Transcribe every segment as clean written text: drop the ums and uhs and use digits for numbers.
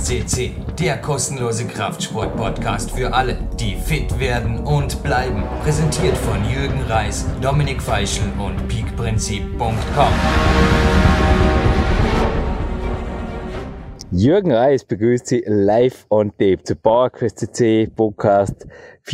CC, der kostenlose Kraftsport-Podcast für alle, die fit werden und bleiben. Präsentiert von Jürgen Reis, Dominik Feischl und peakprinzip.com. Jürgen Reis begrüßt Sie live on tape zu PowerQuest CC Podcast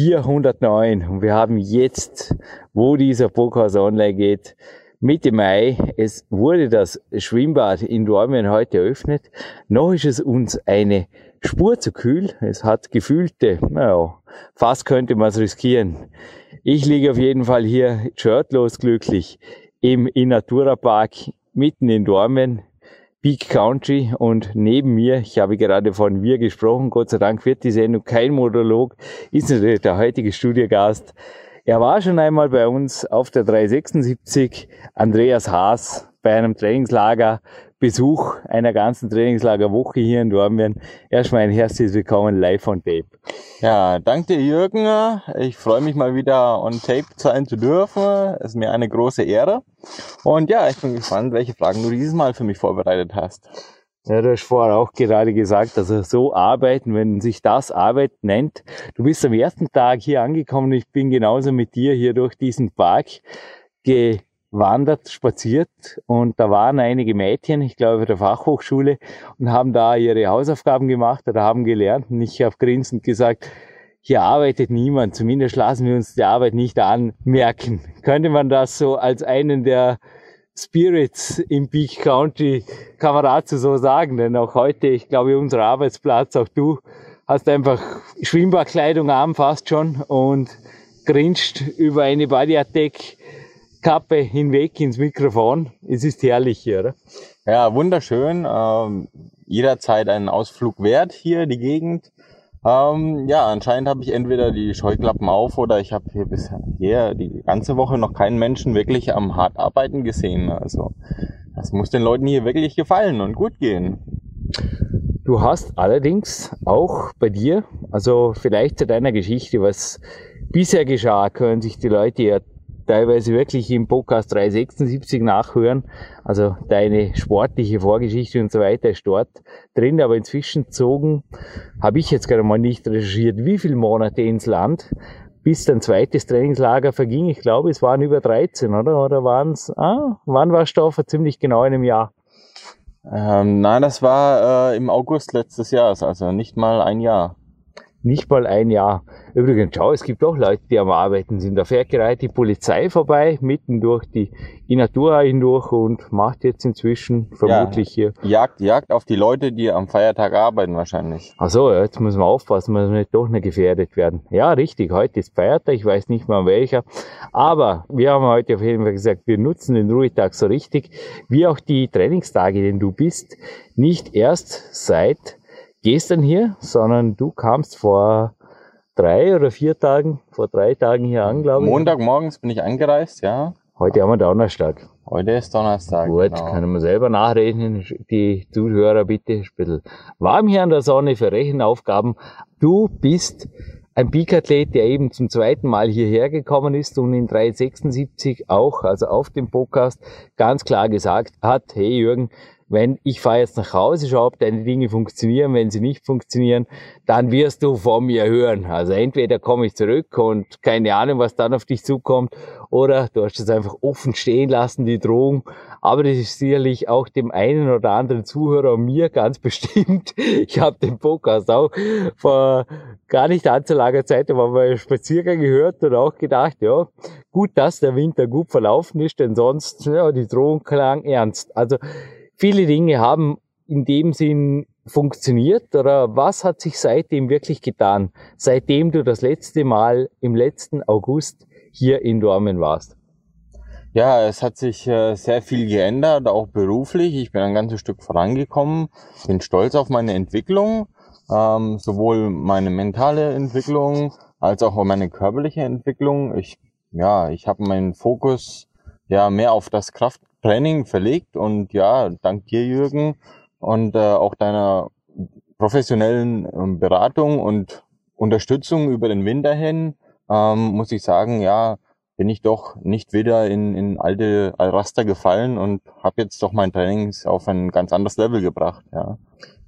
409. Und wir haben jetzt, wo dieser Podcast online geht, Mitte Mai, es wurde das Schwimmbad in Dormien heute eröffnet. Noch ist es uns eine Spur zu kühl. Es hat gefühlte, fast könnte man es riskieren. Ich liege auf jeden Fall hier shirtlos glücklich im Innatura Park mitten in Dormien, Peak Country, und neben mir, ich habe gerade von wir gesprochen, Gott sei Dank wird die Sendung kein Monolog, ist natürlich der heutige Studiogast. Er war schon einmal bei uns auf der 376, Andreas Haas, bei einem Trainingslager, Besuch einer ganzen Trainingslagerwoche hier in Dormien. Erstmal ein herzliches Willkommen live on tape. Ja, danke dir, Jürgen. Ich freue mich mal wieder on tape sein zu dürfen. Es ist mir eine große Ehre. Und ja, ich bin gespannt, welche Fragen du dieses Mal für mich vorbereitet hast. Ja, du hast vorher auch gerade gesagt, also so arbeiten, wenn sich das Arbeit nennt. Du bist am ersten Tag hier angekommen, ich bin genauso mit dir hier durch diesen Park gewandert, spaziert, und da waren einige Mädchen, ich glaube der Fachhochschule, und haben da ihre Hausaufgaben gemacht oder haben gelernt, und ich habe grinsend gesagt, hier arbeitet niemand, zumindest lassen wir uns die Arbeit nicht anmerken. Könnte man das so als einen der Spirits im Peak Country, kann man dazu so sagen, denn auch heute, ich glaube, unser Arbeitsplatz, auch du hast einfach Schwimmbadkleidung an, fast schon, und grinst über eine Body Attack Kappe hinweg ins Mikrofon. Es ist herrlich hier, oder? Ja, wunderschön. Jederzeit einen Ausflug wert hier, die Gegend. Ja, anscheinend habe ich entweder die Scheuklappen auf oder ich habe hier bisher die ganze Woche noch keinen Menschen wirklich am hart arbeiten gesehen. Also das muss den Leuten hier wirklich gefallen und gut gehen. Du hast allerdings auch bei dir, also vielleicht zu deiner Geschichte, was bisher geschah, können sich die Leute ja teilweise wirklich im Podcast 376 nachhören. Also deine sportliche Vorgeschichte und so weiter ist dort drin, aber inzwischen zogen, habe ich jetzt gerade mal nicht recherchiert, wie viele Monate ins Land, bis dein zweites Trainingslager verging. Ich glaube, es waren über 13, oder? Oder waren es, wann warst du vor ziemlich genau einem Jahr? Nein, das war im August letztes Jahres, also nicht mal ein Jahr. Nicht mal ein Jahr. Übrigens, schau, es gibt auch Leute, die am Arbeiten sind. Da fährt gerade die Polizei vorbei, mitten durch die Innatura hindurch, und macht jetzt inzwischen vermutlich hier Jagd auf die Leute, die am Feiertag arbeiten wahrscheinlich. Ach so, jetzt müssen wir aufpassen, dass wir nicht doch nicht gefährdet werden. Ja, richtig, heute ist Feiertag, ich weiß nicht mal welcher. Aber wir haben heute auf jeden Fall gesagt, wir nutzen den Ruhetag so richtig, wie auch die Trainingstage, denn du bist nicht erst seit gestern hier, sondern du kamst vor 3 oder 4 Tagen, vor 3 Tagen hier an, glaube ich. Montagmorgens bin ich angereist, ja. Heute haben wir Donnerstag. Heute ist Donnerstag. Gut, genau. Können wir selber nachrechnen. Die Zuhörer bitte ein bisschen warm hier an der Sonne für Rechenaufgaben. Du bist ein Peak-Athlet, der eben zum zweiten Mal hierher gekommen ist und in 376 auch, also auf dem Podcast, ganz klar gesagt hat, hey Jürgen, wenn ich fahre jetzt nach Hause, schau, ob deine Dinge funktionieren. Wenn sie nicht funktionieren, dann wirst du von mir hören. Also entweder komme ich zurück und keine Ahnung, was dann auf dich zukommt, oder du hast es einfach offen stehen lassen, die Drohung. Aber das ist sicherlich auch dem einen oder anderen Zuhörer und mir ganz bestimmt. Ich habe den Podcast auch vor gar nicht allzu langer Zeit, da haben wir einen Spaziergang gehört und auch gedacht, ja, gut, dass der Winter gut verlaufen ist, denn sonst, ja, die Drohung klang ernst. Also viele Dinge haben in dem Sinn funktioniert, oder was hat sich seitdem wirklich getan, seitdem du das letzte Mal im letzten August hier in Dormien warst? Ja, es hat sich sehr viel geändert, auch beruflich. Ich bin ein ganzes Stück vorangekommen, bin stolz auf meine Entwicklung, sowohl meine mentale Entwicklung als auch meine körperliche Entwicklung. Ich habe meinen Fokus mehr auf das Krafttraining verlegt, und ja, dank dir, Jürgen, und auch deiner professionellen Beratung und Unterstützung über den Winter hin, muss ich sagen, ja, bin ich doch nicht wieder in alte Raster gefallen und habe jetzt doch mein Training auf ein ganz anderes Level gebracht, ja.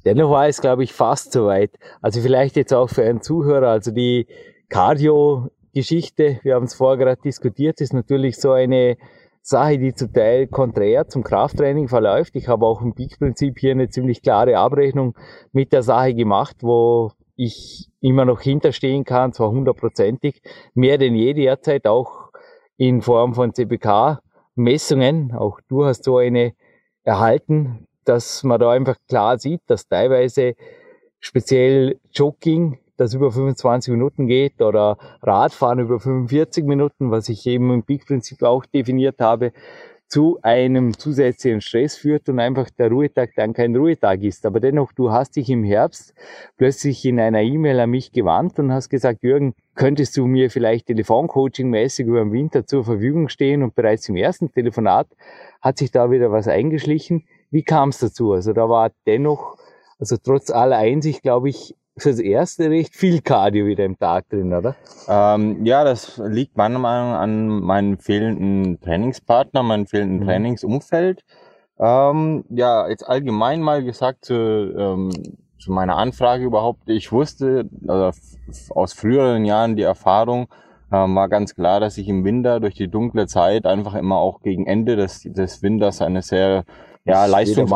Dennoch war es, glaube ich, fast soweit. Also vielleicht jetzt auch für einen Zuhörer, also die Cardio-Geschichte, wir haben es vorher gerade diskutiert, ist natürlich so eine Sache, die zum Teil konträr zum Krafttraining verläuft. Ich habe auch im Peak-Prinzip hier eine ziemlich klare Abrechnung mit der Sache gemacht, wo ich immer noch hinterstehen kann, zwar 100%ig, mehr denn je derzeit, auch in Form von CPK-Messungen. Auch du hast so eine erhalten, dass man da einfach klar sieht, dass teilweise speziell Jogging, das über 25 Minuten geht, oder Radfahren über 45 Minuten, was ich eben im Peak-Prinzip auch definiert habe, zu einem zusätzlichen Stress führt und einfach der Ruhetag dann kein Ruhetag ist. Aber dennoch, du hast dich im Herbst plötzlich in einer E-Mail an mich gewandt und hast gesagt, Jürgen, könntest du mir vielleicht Telefoncoaching-mäßig über den Winter zur Verfügung stehen? Und bereits im ersten Telefonat hat sich da wieder was eingeschlichen. Wie kam es dazu? Also da war dennoch, also trotz aller Einsicht, glaube ich, fürs Erste recht viel Cardio wieder im Tag drin, oder? Ja, das liegt meiner Meinung nach an meinem fehlenden Trainingspartner, meinem fehlenden Trainingsumfeld. Ja, jetzt allgemein mal gesagt zu meiner Anfrage überhaupt. Ich wusste, also aus früheren Jahren die Erfahrung, war ganz klar, dass ich im Winter durch die dunkle Zeit einfach immer auch gegen Ende des Winters eine sehr eine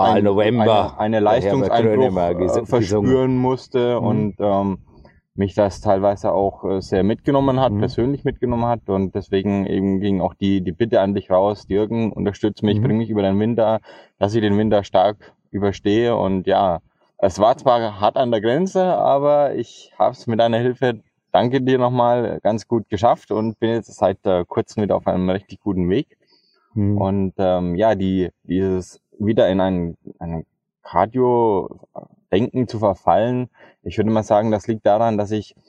Leistungseinbruch verspüren musste und mich das teilweise auch sehr mitgenommen hat, persönlich mitgenommen hat, und deswegen eben ging auch die Bitte an dich raus, Jürgen, unterstütze mich, bring mich über den Winter, dass ich den Winter stark überstehe. Und ja, es war zwar hart an der Grenze, aber ich habe es mit deiner Hilfe, danke dir nochmal, ganz gut geschafft und bin jetzt seit kurzem wieder auf einem richtig guten Weg. Und ja, dieses wieder in ein Cardio-Denken zu verfallen, ich würde mal sagen, das liegt daran, dass ich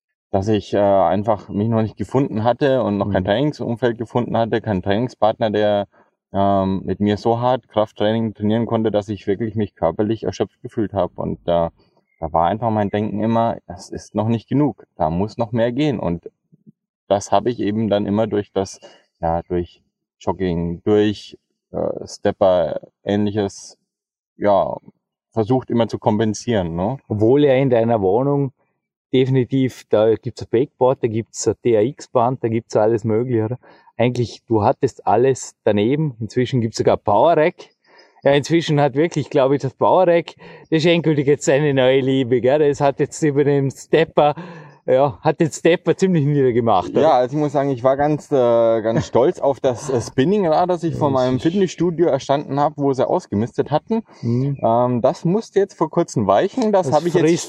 einfach mich noch nicht gefunden hatte und noch kein Trainingsumfeld gefunden hatte, keinen Trainingspartner, der mit mir so hart Krafttraining trainieren konnte, dass ich wirklich mich körperlich erschöpft gefühlt habe. Und da war einfach mein Denken immer, das ist noch nicht genug, da muss noch mehr gehen. Und das habe ich eben dann immer durch Jogging, durch Stepper, ähnliches, ja, versucht immer zu kompensieren, ne? Obwohl ja in deiner Wohnung definitiv, da gibt's ein Backboard, da gibt's ein TRX-Band, da gibt's alles mögliche, oder? Eigentlich, du hattest alles daneben. Inzwischen gibt's sogar Power-Rack. Ja, inzwischen hat wirklich, glaube ich, das Power-Rack, das ist endgültig jetzt seine neue Liebe, gell? Das hat jetzt über den Stepper, hat den Stepper ziemlich niedergemacht. Oder? Ja, also ich muss sagen, ich war ganz stolz auf das Spinningrad, das ich von meinem Fitnessstudio erstanden habe, wo sie ausgemistet hatten. Das musste jetzt vor kurzem weichen. Das habe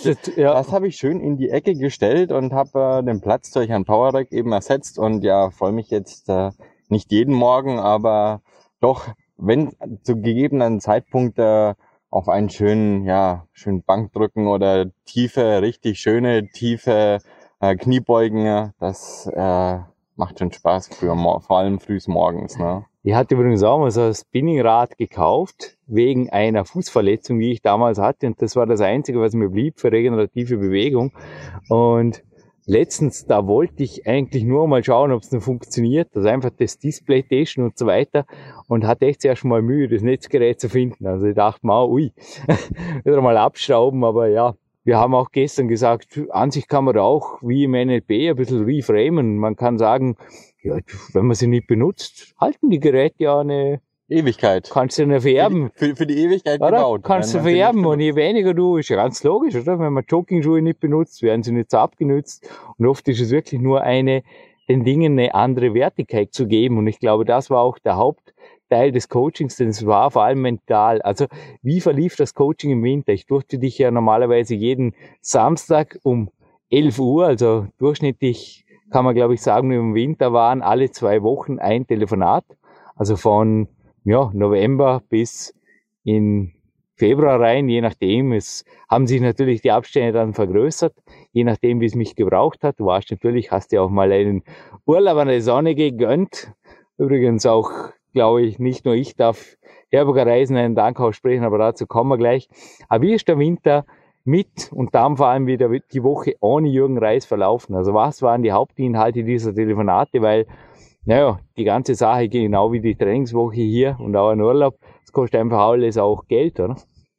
ich schön in die Ecke gestellt und habe den Platz durch ein Powerrack eben ersetzt. Und ja, freue mich jetzt nicht jeden Morgen, aber doch, wenn zu gegebenen Zeitpunkt auf einen schönen Bankdrücken oder richtig schöne, tiefe Kniebeugen, das macht schon Spaß, vor allem frühs morgens. Ne? Ich hatte übrigens auch mal so ein Spinningrad gekauft, wegen einer Fußverletzung, die ich damals hatte, und das war das Einzige, was mir blieb für regenerative Bewegung. Und letztens, da wollte ich eigentlich nur mal schauen, ob es noch funktioniert, also einfach das Display testen und so weiter, und hatte echt zuerst mal Mühe, das Netzgerät zu finden. Also ich dachte mal, wieder mal abschrauben, aber ja, wir haben auch gestern gesagt, an sich kann man da auch wie im NLP ein bisschen reframen. Man kann sagen, ja, wenn man sie nicht benutzt, halten die Geräte ja eine Ewigkeit. Kannst du nicht vererben. Für die Ewigkeit oder? Gebaut. Kannst du vererben. Und je weniger du, ist ja ganz logisch, oder? Wenn man Joggingschuhe nicht benutzt, werden sie nicht so abgenutzt. Und oft ist es wirklich nur den Dingen eine andere Wertigkeit zu geben. Und ich glaube, das war auch der Hauptteil des Coachings, denn es war vor allem mental. Also, wie verlief das Coaching im Winter? Ich durfte dich ja normalerweise jeden Samstag um 11 Uhr, also durchschnittlich kann man, glaube ich, sagen, im Winter waren alle 2 Wochen ein Telefonat. Also von November bis in Februar rein, je nachdem. Es haben sich natürlich die Abstände dann vergrößert, je nachdem, wie es mich gebraucht hat. Du warst natürlich, hast dir auch mal einen Urlaub an der Sonne gegönnt. Übrigens auch, glaube ich, nicht nur ich darf Herberger Reisen einen Dank aussprechen, aber dazu kommen wir gleich. Aber wie ist der Winter mit und dann vor allem wieder die Woche ohne Jürgen Reis verlaufen? Also was waren die Hauptinhalte dieser Telefonate? Weil die ganze Sache, genau wie die Trainingswoche hier und auch ein Urlaub, das kostet einfach alles auch Geld, oder?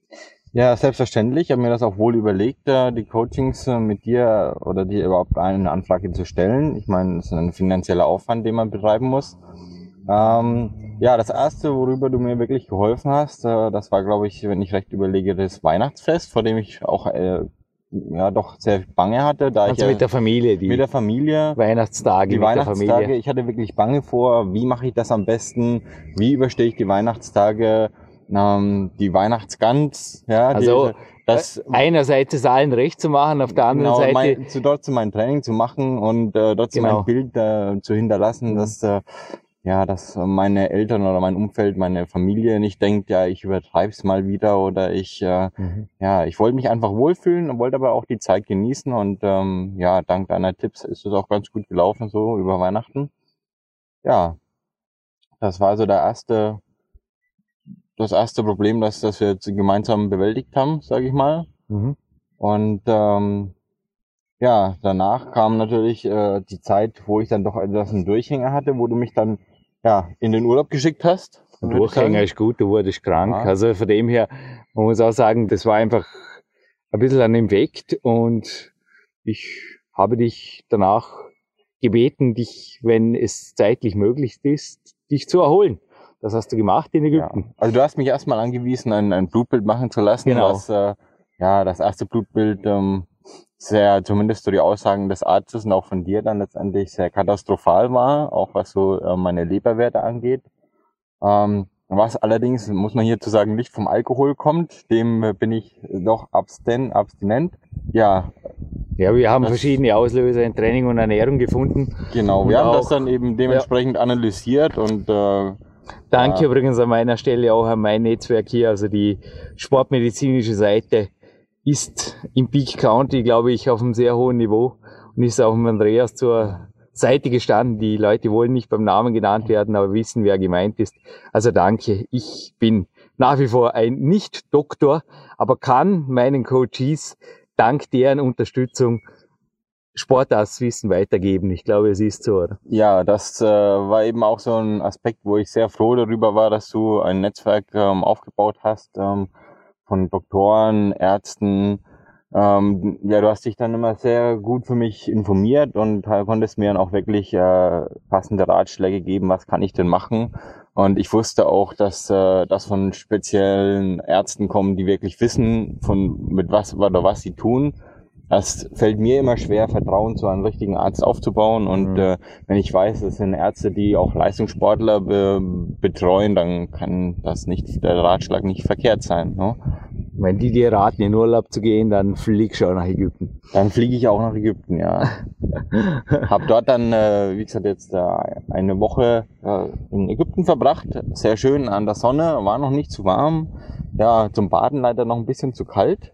Ja, selbstverständlich. Ich habe mir das auch wohl überlegt, die Coachings mit dir oder dir überhaupt eine Anfrage zu stellen. Ich meine, das ist ein finanzieller Aufwand, den man betreiben muss. Ja, das erste, worüber du mir wirklich geholfen hast, das war, glaube ich, wenn ich recht überlege, das Weihnachtsfest, vor dem ich auch ja doch sehr bange hatte. Da Also ich, mit der Familie, mit der Familie, Weihnachtstage die mit Weihnachtstage, der Familie. ich hatte wirklich bange vor, wie mache ich das am besten, wie überstehe ich die Weihnachtstage, die Weihnachtsgans, ja, Also das einerseits es allen recht zu machen, auf der anderen genau, Seite dort mein Training zu machen und dort Genau. mein Bild zu hinterlassen, dass ja, dass meine Eltern oder mein Umfeld, meine Familie nicht denkt, ja, ich übertreib's mal wieder oder ich ja, ich wollte mich einfach wohlfühlen und wollte aber auch die Zeit genießen und ja, dank deiner Tipps ist es auch ganz gut gelaufen so über Weihnachten. Ja, das war so das erste Problem, das wir jetzt gemeinsam bewältigt haben, sage ich mal. Und ja, danach kam natürlich die Zeit, wo ich dann doch etwas einen Durchhänger hatte, wo du mich dann ja in den Urlaub geschickt hast. Durchhänger ist gut, du wurdest krank. Ja. Also von dem her, man muss auch sagen, das war einfach ein bisschen ein Infekt und ich habe dich danach gebeten, dich, wenn es zeitlich möglich ist, dich zu erholen. Das hast du gemacht in Ägypten. Ja. Also du hast mich erstmal angewiesen, ein Blutbild machen zu lassen, Genau. was ja das erste Blutbild sehr, zumindest so die Aussagen des Arztes und auch von dir dann letztendlich sehr katastrophal war, auch was so meine Leberwerte angeht. Was allerdings, muss man hierzu sagen, nicht vom Alkohol kommt, dem bin ich doch abstinent. Ja. Ja, wir haben verschiedene Auslöser in Training und Ernährung gefunden. Genau, und wir haben auch, das dann eben dementsprechend analysiert und danke übrigens an meiner Stelle auch an mein Netzwerk hier, also die sportmedizinische Seite ist im Peak County, glaube ich, auf einem sehr hohen Niveau und ist auch mit Andreas zur Seite gestanden. Die Leute wollen nicht beim Namen genannt werden, aber wissen, wer gemeint ist. Also danke. Ich bin nach wie vor ein Nicht-Doktor, aber kann meinen Coaches dank deren Unterstützung Sportarztwissen weitergeben. Ich glaube, es ist so, oder? Ja, das war eben auch so ein Aspekt, wo ich sehr froh darüber war, dass du ein Netzwerk aufgebaut hast von Doktoren, Ärzten. Ja, du hast dich dann immer sehr gut für mich informiert und konntest mir dann auch wirklich passende Ratschläge geben, was kann ich denn machen. Und ich wusste auch, dass das von speziellen Ärzten kommen, die wirklich wissen, mit was oder was sie tun. Das fällt mir immer schwer, Vertrauen zu einem richtigen Arzt aufzubauen. Und wenn ich weiß, das sind Ärzte, die auch Leistungssportler betreuen, dann kann das nicht, der Ratschlag nicht verkehrt sein. Ne? Wenn die dir raten, in Urlaub zu gehen, dann fliegst du auch nach Ägypten. Dann fliege ich auch nach Ägypten, ja. Hab dort dann, wie gesagt, jetzt eine Woche in Ägypten verbracht. Sehr schön an der Sonne, war noch nicht zu warm. Ja, zum Baden leider noch ein bisschen zu kalt.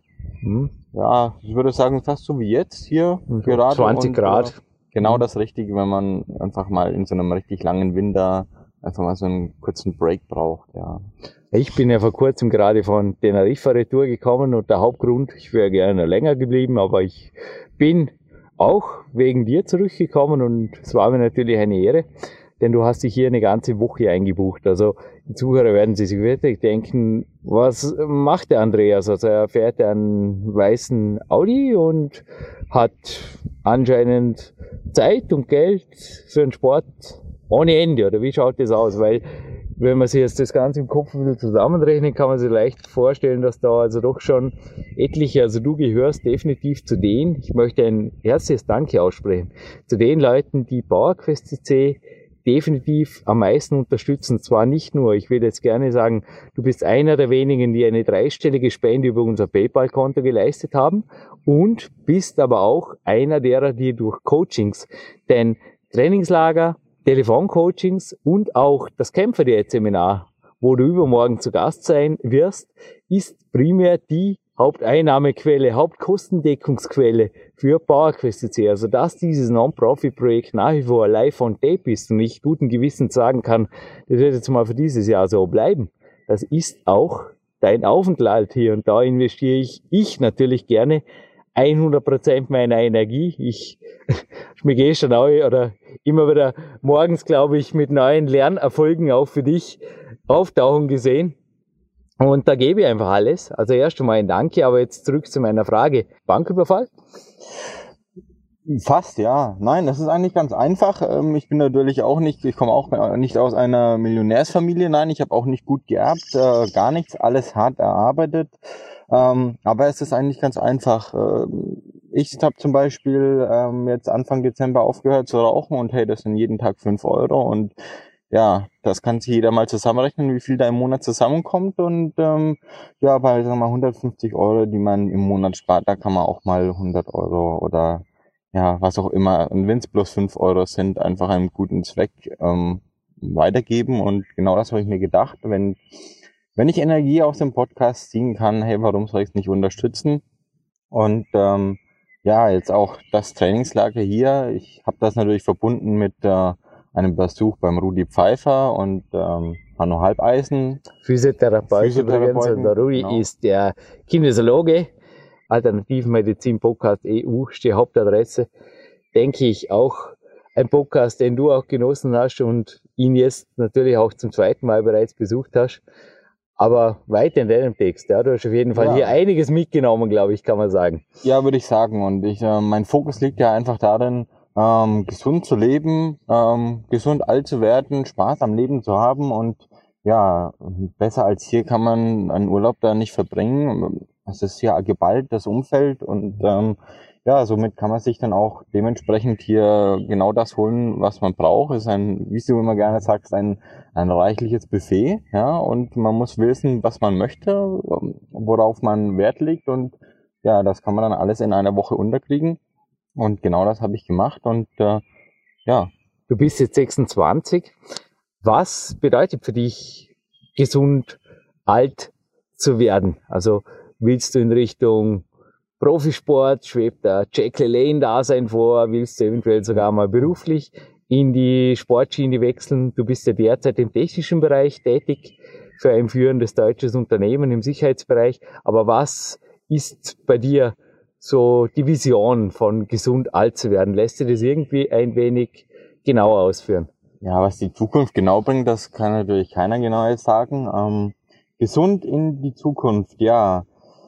Ja, ich würde sagen, fast so wie jetzt hier. Gerade 20 Grad. Genau das Richtige, wenn man einfach mal in so einem richtig langen Winter einfach mal so einen kurzen Break braucht, ja. Ich bin ja vor kurzem gerade von Teneriffa retour gekommen und der Hauptgrund, ich wäre gerne länger geblieben, aber ich bin auch wegen dir zurückgekommen und es war mir natürlich eine Ehre, denn du hast dich hier eine ganze Woche eingebucht. Also die Zuhörer werden sich wirklich denken, was macht der Andreas? Also er fährt einen weißen Audi und hat anscheinend Zeit und Geld für den Sport ohne Ende, oder wie schaut das aus? Weil wenn man sich jetzt das Ganze im Kopf wieder zusammenrechnet, kann man sich leicht vorstellen, dass da also doch schon etliche, also du gehörst definitiv zu denen, ich möchte ein herzliches Danke aussprechen, zu den Leuten, die PowerQuest CC definitiv am meisten unterstützen. Zwar nicht nur, ich will jetzt gerne sagen, du bist einer der wenigen, die eine dreistellige Spende über unser PayPal-Konto geleistet haben und bist aber auch einer derer, die durch Coachings, denn Trainingslager, Telefoncoachings und auch das Kämpferdiät-Seminar, wo du übermorgen zu Gast sein wirst, ist primär die Haupteinnahmequelle, Hauptkostendeckungsquelle für PowerQuest CC. Also dass dieses Non-Profit-Projekt nach wie vor live on tape ist und ich guten Gewissens sagen kann, das wird jetzt mal für dieses Jahr so bleiben. Das ist auch dein Aufenthalt hier und da investiere ich natürlich gerne 100% meiner Energie. Ich mir gestern auch, oder immer wieder morgens, glaube ich, mit neuen Lernerfolgen auch für dich auftauchen gesehen. Und da gebe ich einfach alles. Also erst einmal ein Danke, aber jetzt zurück zu meiner Frage. Banküberfall? Fast, ja. Nein, das ist eigentlich ganz einfach. Ich bin natürlich ich komme auch nicht aus einer Millionärsfamilie. Nein, ich habe auch nicht gut geerbt, gar nichts, alles hart erarbeitet. Aber es ist eigentlich ganz einfach. Ich habe zum Beispiel jetzt Anfang Dezember aufgehört zu rauchen und hey, das sind jeden Tag 5 Euro und ja, das kann sich jeder mal zusammenrechnen, wie viel da im Monat zusammenkommt und ja, bei sagen wir mal 150 Euro, die man im Monat spart, da kann man auch mal 100 Euro oder ja, was auch immer, und wenn es bloß 5 Euro sind, einfach einem guten Zweck weitergeben und genau das habe ich mir gedacht, wenn ich Energie aus dem Podcast ziehen kann, hey, warum soll ich es nicht unterstützen? Und ja, jetzt auch das Trainingslager hier, ich habe das natürlich verbunden mit einem Besuch beim Rudi Pfeiffer und Hanno Halbeisen. Physiotherapeut übrigens. Und der Rudi ist der Kinesiologe, Alternativmedizin Podcast EU, die Hauptadresse. Denke ich auch ein Podcast, den du auch genossen hast und ihn jetzt natürlich auch zum zweiten Mal bereits besucht hast. Aber weiter in deinem Text, ja, du hast auf jeden Fall hier einiges mitgenommen, glaube ich, kann man sagen. Ja, würde ich sagen. Und mein Fokus liegt ja einfach darin, gesund zu leben, gesund alt zu werden, Spaß am Leben zu haben und ja, besser als hier kann man einen Urlaub da nicht verbringen. Es ist ja geballt, das Umfeld und ja, somit kann man sich dann auch dementsprechend hier genau das holen, was man braucht. Es ist ein, wie du immer gerne sagst, ein reichliches Buffet, ja, und man muss wissen, was man möchte, worauf man Wert legt und ja, das kann man dann alles in einer Woche unterkriegen und genau das habe ich gemacht und ja. Du bist jetzt 26. Was bedeutet für dich gesund alt zu werden? Also willst du in Richtung Profisport, schwebt da Jack LaLanne-Dasein vor, willst du eventuell sogar mal beruflich in die Sportschiene wechseln? Du bist ja derzeit im technischen Bereich tätig für ein führendes deutsches Unternehmen im Sicherheitsbereich. Aber was ist bei dir so die Vision von gesund alt zu werden? Lässt sich das irgendwie ein wenig genauer ausführen? Ja, was die Zukunft genau bringt, das kann natürlich keiner genau jetzt sagen. Gesund in die Zukunft, ja.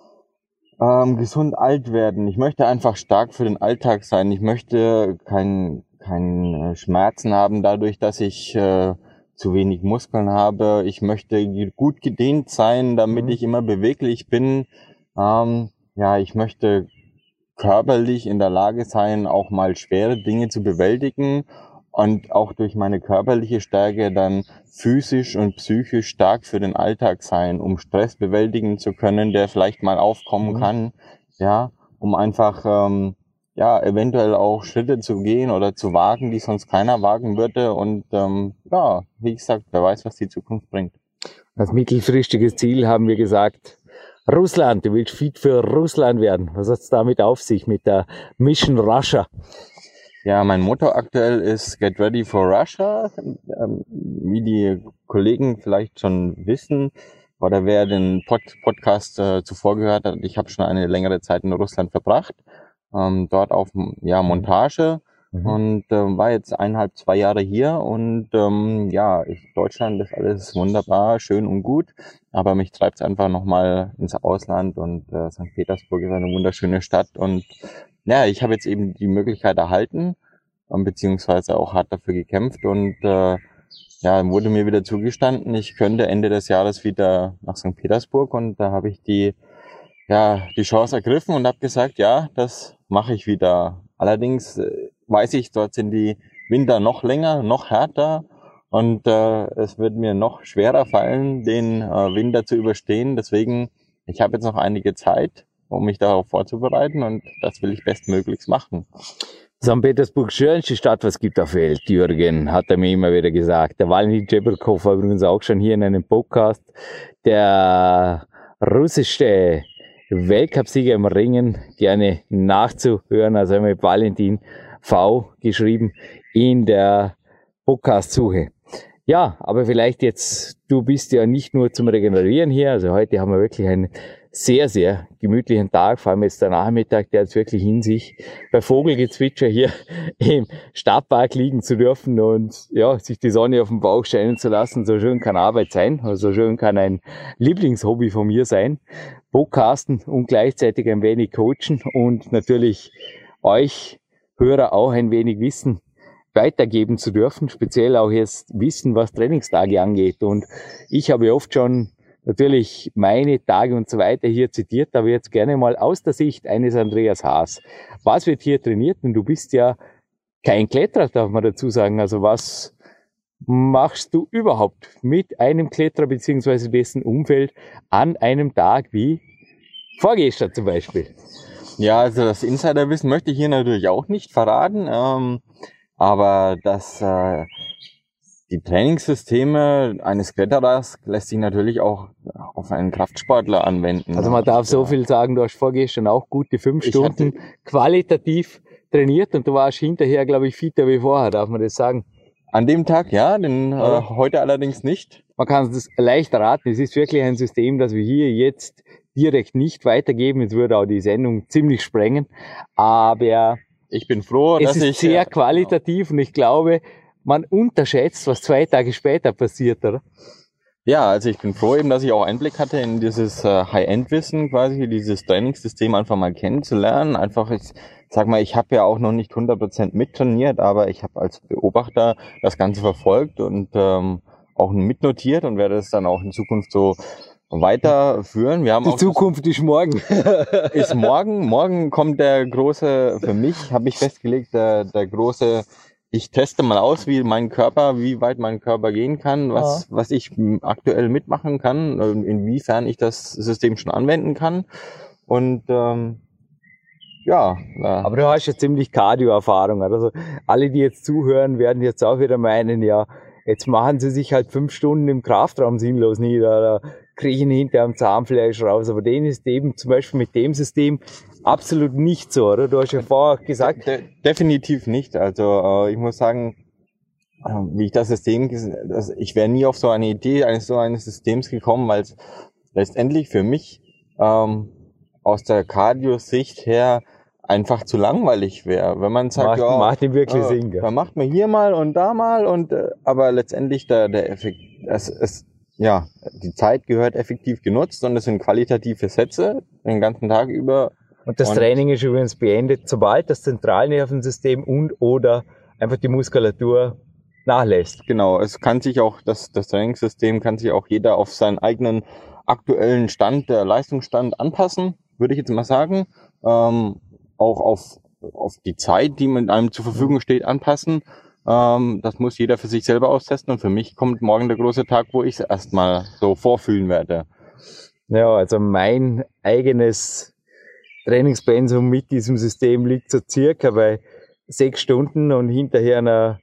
Gesund alt werden. Ich möchte einfach stark für den Alltag sein. Ich möchte kein Schmerzen haben dadurch, dass ich zu wenig Muskeln habe. Ich möchte gut gedehnt sein, damit ich immer beweglich bin. Ja, ich möchte körperlich in der Lage sein, auch mal schwere Dinge zu bewältigen und auch durch meine körperliche Stärke dann physisch und psychisch stark für den Alltag sein, um Stress bewältigen zu können, der vielleicht mal aufkommen kann, ja, um einfach ja eventuell auch Schritte zu gehen oder zu wagen, die sonst keiner wagen würde und ja, wie gesagt, wer weiß, was die Zukunft bringt. Als mittelfristiges Ziel haben wir gesagt, Russland, du willst fit für Russland werden. Was hat es damit auf sich mit der Mission Russia? Ja, mein Motto aktuell ist Get Ready for Russia. Wie die Kollegen vielleicht schon wissen, oder wer den Podcast zuvor gehört hat, ich habe schon eine längere Zeit in Russland verbracht, dort auf Montage und war jetzt 1,5-2 Jahre hier und Deutschland ist alles wunderbar, schön und gut, aber mich treibt es einfach nochmal ins Ausland und St. Petersburg ist eine wunderschöne Stadt und ja, ich habe jetzt eben die Möglichkeit erhalten, beziehungsweise auch hart dafür gekämpft und wurde mir wieder zugestanden, ich könnte Ende des Jahres wieder nach St. Petersburg und da habe ich die Chance ergriffen und habe gesagt, ja, das mache ich wieder. Allerdings weiß ich, dort sind die Winter noch länger, noch härter und es wird mir noch schwerer fallen, den Winter zu überstehen. Deswegen, ich habe jetzt noch einige Zeit, um mich darauf vorzubereiten und das will ich bestmöglichst machen. St. Petersburg, schönste Stadt, was gibt auf der Welt, Jürgen, hat er mir immer wieder gesagt. Der Valentin Djeberkov war übrigens auch schon hier in einem Podcast. Der russische Weltcupsieger im Ringen, gerne nachzuhören, also mit Valentin V geschrieben in der Podcast-Suche. Ja, aber vielleicht jetzt, du bist ja nicht nur zum Regenerieren hier, also heute haben wir wirklich ein sehr, sehr gemütlichen Tag, vor allem jetzt der Nachmittag, der jetzt wirklich in sich, bei Vogelgezwitscher hier im Stadtpark liegen zu dürfen und ja, sich die Sonne auf den Bauch scheinen zu lassen. So schön kann Arbeit sein, so schön kann ein Lieblingshobby von mir sein. Podcasten und gleichzeitig ein wenig coachen und natürlich euch Hörer auch ein wenig Wissen weitergeben zu dürfen, speziell auch jetzt Wissen, was Trainingstage angeht. Und ich habe oft schon natürlich meine Tage und so weiter hier zitiert, aber jetzt gerne mal aus der Sicht eines Andreas Haas. Was wird hier trainiert? Und du bist ja kein Kletterer, darf man dazu sagen. Also was machst du überhaupt mit einem Kletterer beziehungsweise dessen Umfeld an einem Tag wie vorgestern zum Beispiel? Ja, also das Insiderwissen möchte ich hier natürlich auch nicht verraten, aber die Trainingssysteme eines Kletterers lässt sich natürlich auch auf einen Kraftsportler anwenden. Also man darf so viel sagen, du hast vorgestern auch gute 5 Stunden qualitativ trainiert und du warst hinterher, glaube ich, fitter wie vorher, darf man das sagen? An dem Tag ja, heute allerdings nicht. Man kann es leicht raten, es ist wirklich ein System, das wir hier jetzt direkt nicht weitergeben. Es würde auch die Sendung ziemlich sprengen, aber ich bin froh, dass es ist sehr qualitativ und ich glaube, man unterschätzt, was 2 Tage später passiert, oder? Ja, also ich bin froh eben, dass ich auch Einblick hatte in dieses High-End-Wissen quasi, dieses Trainingssystem einfach mal kennenzulernen. Einfach, ich sag mal, ich habe ja auch noch nicht 100% mittrainiert, aber ich habe als Beobachter das Ganze verfolgt und auch mitnotiert und werde es dann auch in Zukunft so weiterführen. Wir haben die Zukunft ist morgen. Ist morgen. Morgen kommt der große, für mich habe ich festgelegt, der große, ich teste mal aus, wie weit mein Körper gehen kann, was ich aktuell mitmachen kann, inwiefern ich das System schon anwenden kann. Und ja. Aber du hast ja ziemlich Cardio-Erfahrung. Also alle, die jetzt zuhören, werden jetzt auch wieder meinen, ja, jetzt machen sie sich halt 5 Stunden im Kraftraum sinnlos nieder, oder kriechen hinter am Zahnfleisch raus. Aber denen ist eben zum Beispiel mit dem System absolut nicht so, oder? Du hast ja vorher gesagt. Definitiv nicht. Also ich muss sagen, wie ich das System, ich wäre nie auf so eine Idee eines Systems gekommen, weil es letztendlich für mich aus der Cardio-Sicht her einfach zu langweilig wäre. Wenn man sagt, macht nicht wirklich Sinn, gell? Dann macht man hier mal und da mal und aber letztendlich der Effekt, die Zeit gehört effektiv genutzt und es sind qualitative Sätze den ganzen Tag über. Und das Training ist übrigens beendet, sobald das Zentralnervensystem oder einfach die Muskulatur nachlässt. Genau, es kann sich auch, das Trainingssystem kann sich auch jeder auf seinen eigenen aktuellen Stand, der Leistungsstand anpassen, würde ich jetzt mal sagen. Auch auf die Zeit, die mit einem zur Verfügung steht, anpassen. Das muss jeder für sich selber austesten und für mich kommt morgen der große Tag, wo ich es erstmal so vorfühlen werde. Ja, also mein eigenes Trainingspensum mit diesem System liegt so circa bei 6 Stunden und hinterher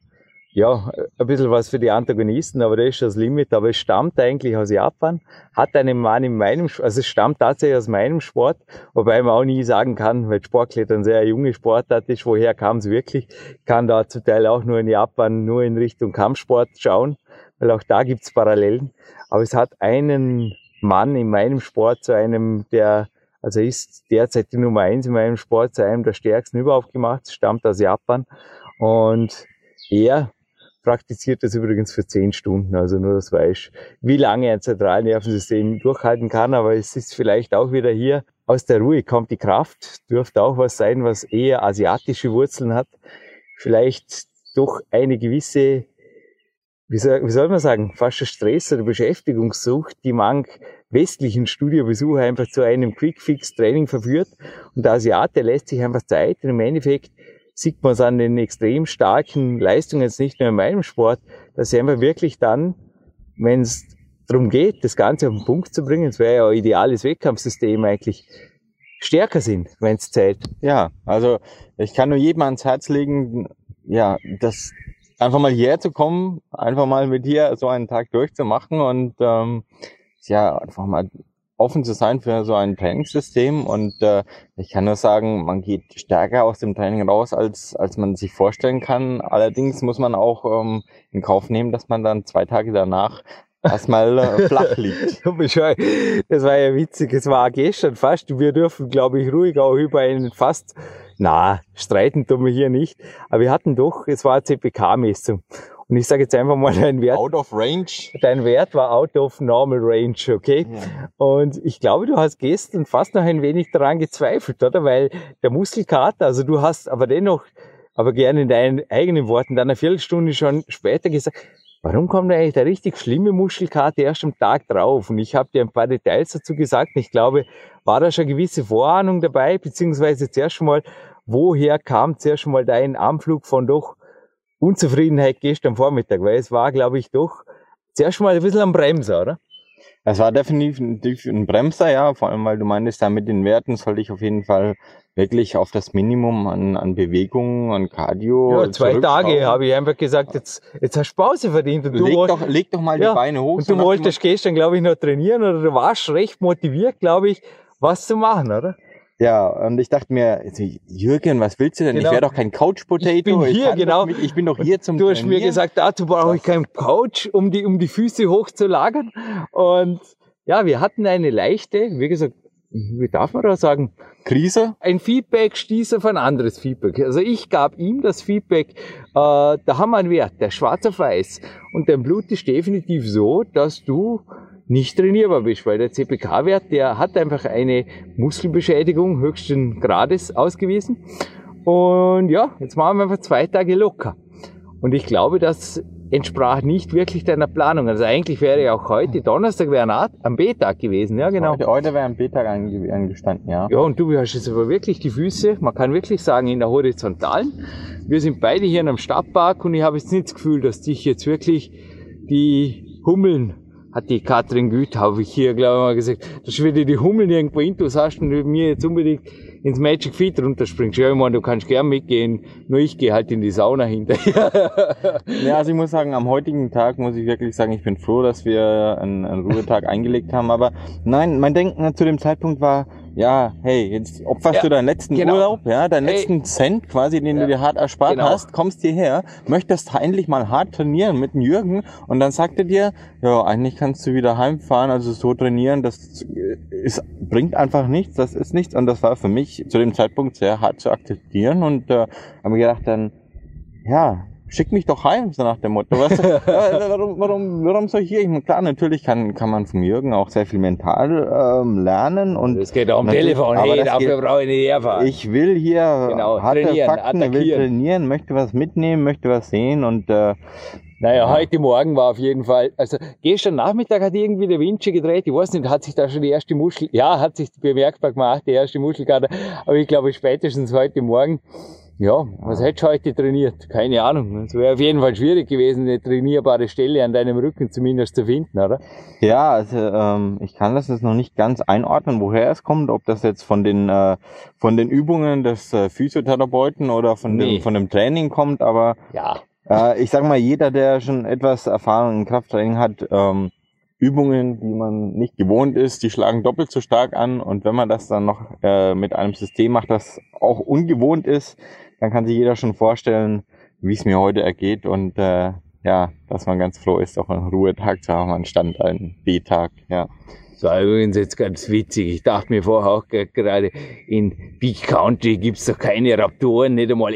ein bisschen was für die Antagonisten, aber das ist das Limit. Aber es stammt eigentlich aus Japan, hat einen Mann es stammt tatsächlich aus meinem Sport, wobei man auch nie sagen kann, weil Sportklettern eine sehr junge Sportart ist, woher kam es wirklich. Ich kann da zum Teil auch nur in Japan nur in Richtung Kampfsport schauen, weil auch da gibt's Parallelen. Aber es hat einen Mann in meinem Sport zu einem, ist derzeit die Nummer 1 in meinem Sport, zu einem der stärksten überhaupt gemacht, stammt aus Japan und er praktiziert das übrigens für 10 Stunden, also nur das weißt, wie lange ein Zentralnervensystem durchhalten kann, aber es ist vielleicht auch wieder hier, aus der Ruhe kommt die Kraft, dürfte auch was sein, was eher asiatische Wurzeln hat, vielleicht doch eine gewisse, wie soll man sagen, fast ein Stress oder Beschäftigungssucht, die manch westlichen Studiobesucher einfach zu einem Quick-Fix-Training verführt und der Asiate lässt sich einfach Zeit und im Endeffekt sieht man es an den extrem starken Leistungen, jetzt nicht nur in meinem Sport, dass sie einfach wirklich dann, wenn es darum geht, das Ganze auf den Punkt zu bringen, es wäre ja ein ideales Wettkampfsystem eigentlich, stärker sind, wenn es zählt. Ja, also ich kann nur jedem ans Herz legen, ja, das einfach mal hierher zu kommen, einfach mal mit dir so einen Tag durchzumachen und einfach mal offen zu sein für so ein Trainingssystem und ich kann nur sagen, man geht stärker aus dem Training raus, als man sich vorstellen kann. Allerdings muss man auch in Kauf nehmen, dass man dann 2 Tage danach erstmal flach liegt. Das war ja witzig, es war gestern fast, wir dürfen, glaube ich, ruhig auch über einen fast, streiten tun wir hier nicht, aber wir hatten doch, es war eine CPK-Messung. Und ich sage jetzt einfach mal, dein Wert war out of normal range, okay? Ja. Und ich glaube, du hast gestern fast noch ein wenig daran gezweifelt, oder? Weil der Muskelkater, also du hast aber dennoch, aber gerne in deinen eigenen Worten, dann eine Viertelstunde schon später gesagt, warum kommt da eigentlich der richtig schlimme Muskelkater erst am Tag drauf? Und ich habe dir ein paar Details dazu gesagt. Ich glaube, war da schon eine gewisse Vorahnung dabei, beziehungsweise zuerst mal, woher kam zuerst mal dein Anflug von doch Unzufriedenheit gestern Vormittag, weil es war, glaube ich, doch zuerst mal ein bisschen am Bremser, oder? Es war definitiv ein Bremser, ja, vor allem, weil du meintest, da mit den Werten sollte ich auf jeden Fall wirklich auf das Minimum an Bewegungen, an Cardio. Ja, 2 Tage habe ich einfach gesagt, jetzt hast du Pause verdient. Und leg doch mal die Beine hoch. Und du wolltest gestern, glaube ich, noch trainieren oder du warst recht motiviert, glaube ich, was zu machen, oder? Ja, und ich dachte mir, Jürgen, was willst du denn? Genau. Ich wäre doch kein Couch-Potato. Ich bin doch hier zum Du hast mir gesagt, dazu brauche ich keinen Couch, um die Füße hochzulagern. Und ja, wir hatten eine leichte, wie gesagt, wie darf man da sagen? Krise? Ein Feedback stieß auf ein anderes Feedback. Also ich gab ihm das Feedback, da haben wir einen Wert, der schwarz auf weiß. Und dein Blut ist definitiv so, dass du nicht trainierbar bist, weil der CPK-Wert, der hat einfach eine Muskelbeschädigung höchsten Grades ausgewiesen. Und ja, jetzt machen wir einfach 2 Tage locker. Und ich glaube, das entsprach nicht wirklich deiner Planung. Also eigentlich wäre ja auch heute, Donnerstag wäre am B-Tag gewesen, ja genau. Heute wäre am B-Tag angestanden, ja. Ja, und du hast jetzt aber wirklich die Füße, man kann wirklich sagen, in der Horizontalen. Wir sind beide hier in einem Stadtpark und ich habe jetzt nicht das Gefühl, dass dich jetzt wirklich die Hummeln, hat die Katrin Güth, habe ich hier, glaube ich, mal gesagt, dass du wieder die Hummeln irgendwo intus hast und du mir jetzt unbedingt ins Magic Feet runterspringst. Ja, ich meine, du kannst gern mitgehen, nur ich gehe halt in die Sauna hinterher. Ja, also ich muss sagen, am heutigen Tag muss ich wirklich sagen, ich bin froh, dass wir einen Ruhetag eingelegt haben, aber nein, mein Denken zu dem Zeitpunkt war, ja, hey, jetzt opferst du deinen letzten Urlaub, ja, deinen letzten Cent quasi, den du dir hart erspart hast, kommst hierher, möchtest endlich mal hart trainieren mit dem Jürgen und dann sagt er dir, ja, eigentlich kannst du wieder heimfahren, also so trainieren, bringt einfach nichts, das ist nichts und das war für mich zu dem Zeitpunkt sehr hart zu akzeptieren und habe mir gedacht dann, ja, schick mich doch heim, so nach dem Motto. Weißt du, warum soll ich hier? Klar, natürlich kann man vom Jürgen auch sehr viel mental lernen. Und es geht auch um Telefon, hey, dafür brauche ich nicht herfahren. Ich will hier harte Fakten, ich will trainieren, möchte was mitnehmen, möchte was sehen und heute Morgen war auf jeden Fall, also gestern Nachmittag hat irgendwie der Windschi gedreht, ich weiß nicht, hat sich da schon die erste hat sich bemerkbar gemacht, die erste Muskelkater, aber ich glaube spätestens heute Morgen, ja, was hättest du heute trainiert? Keine Ahnung. Es wäre auf jeden Fall schwierig gewesen, eine trainierbare Stelle an deinem Rücken zumindest zu finden, oder? Ja, also ich kann das jetzt noch nicht ganz einordnen, woher es kommt, ob das jetzt von den Übungen des Physiotherapeuten oder von dem Training kommt, aber ich sag mal, jeder, der schon etwas Erfahrung im Krafttraining hat, Übungen, die man nicht gewohnt ist, die schlagen doppelt so stark an und wenn man das dann noch mit einem System macht, das auch ungewohnt ist, dann kann sich jeder schon vorstellen, wie es mir heute ergeht und dass man ganz froh ist, auch einen Ruhetag zu haben anstatt einen B-Tag, ja. Das war übrigens jetzt ganz witzig. Ich dachte mir vorher auch gerade, in Peak Country gibt's doch keine Raptoren, nicht einmal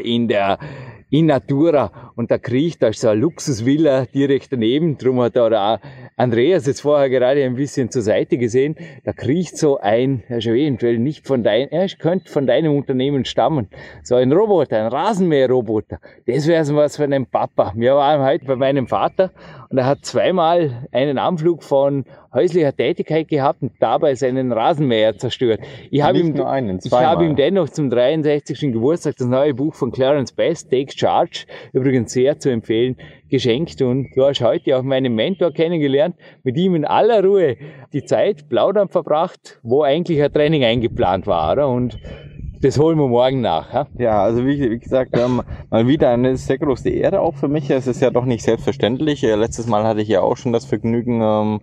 in Natura. Und da ist so eine Luxusvilla direkt daneben. Drum hat da auch Andreas jetzt vorher gerade ein bisschen zur Seite gesehen. Da kriecht so ein, eventuell nicht könnte von deinem Unternehmen stammen. So ein Roboter, ein Rasenmäherroboter. Das wäre so was für einen Papa. Wir waren heute bei meinem Vater und er hat zweimal einen Anflug von häuslicher Tätigkeit gehabt und dabei seinen Rasenmäher zerstört. Ich habe ihm dennoch zum 63. Geburtstag das neue Buch von Clarence Best, Take Charge, übrigens sehr zu empfehlen, geschenkt und du hast heute auch meinen Mentor kennengelernt, mit ihm in aller Ruhe die Zeit plaudern verbracht, wo eigentlich ein Training eingeplant war, oder? Und das holen wir morgen nach. Ha? Ja, also wie gesagt, mal wieder eine sehr große Ehre auch für mich. Es ist ja doch nicht selbstverständlich. Letztes Mal hatte ich ja auch schon das Vergnügen,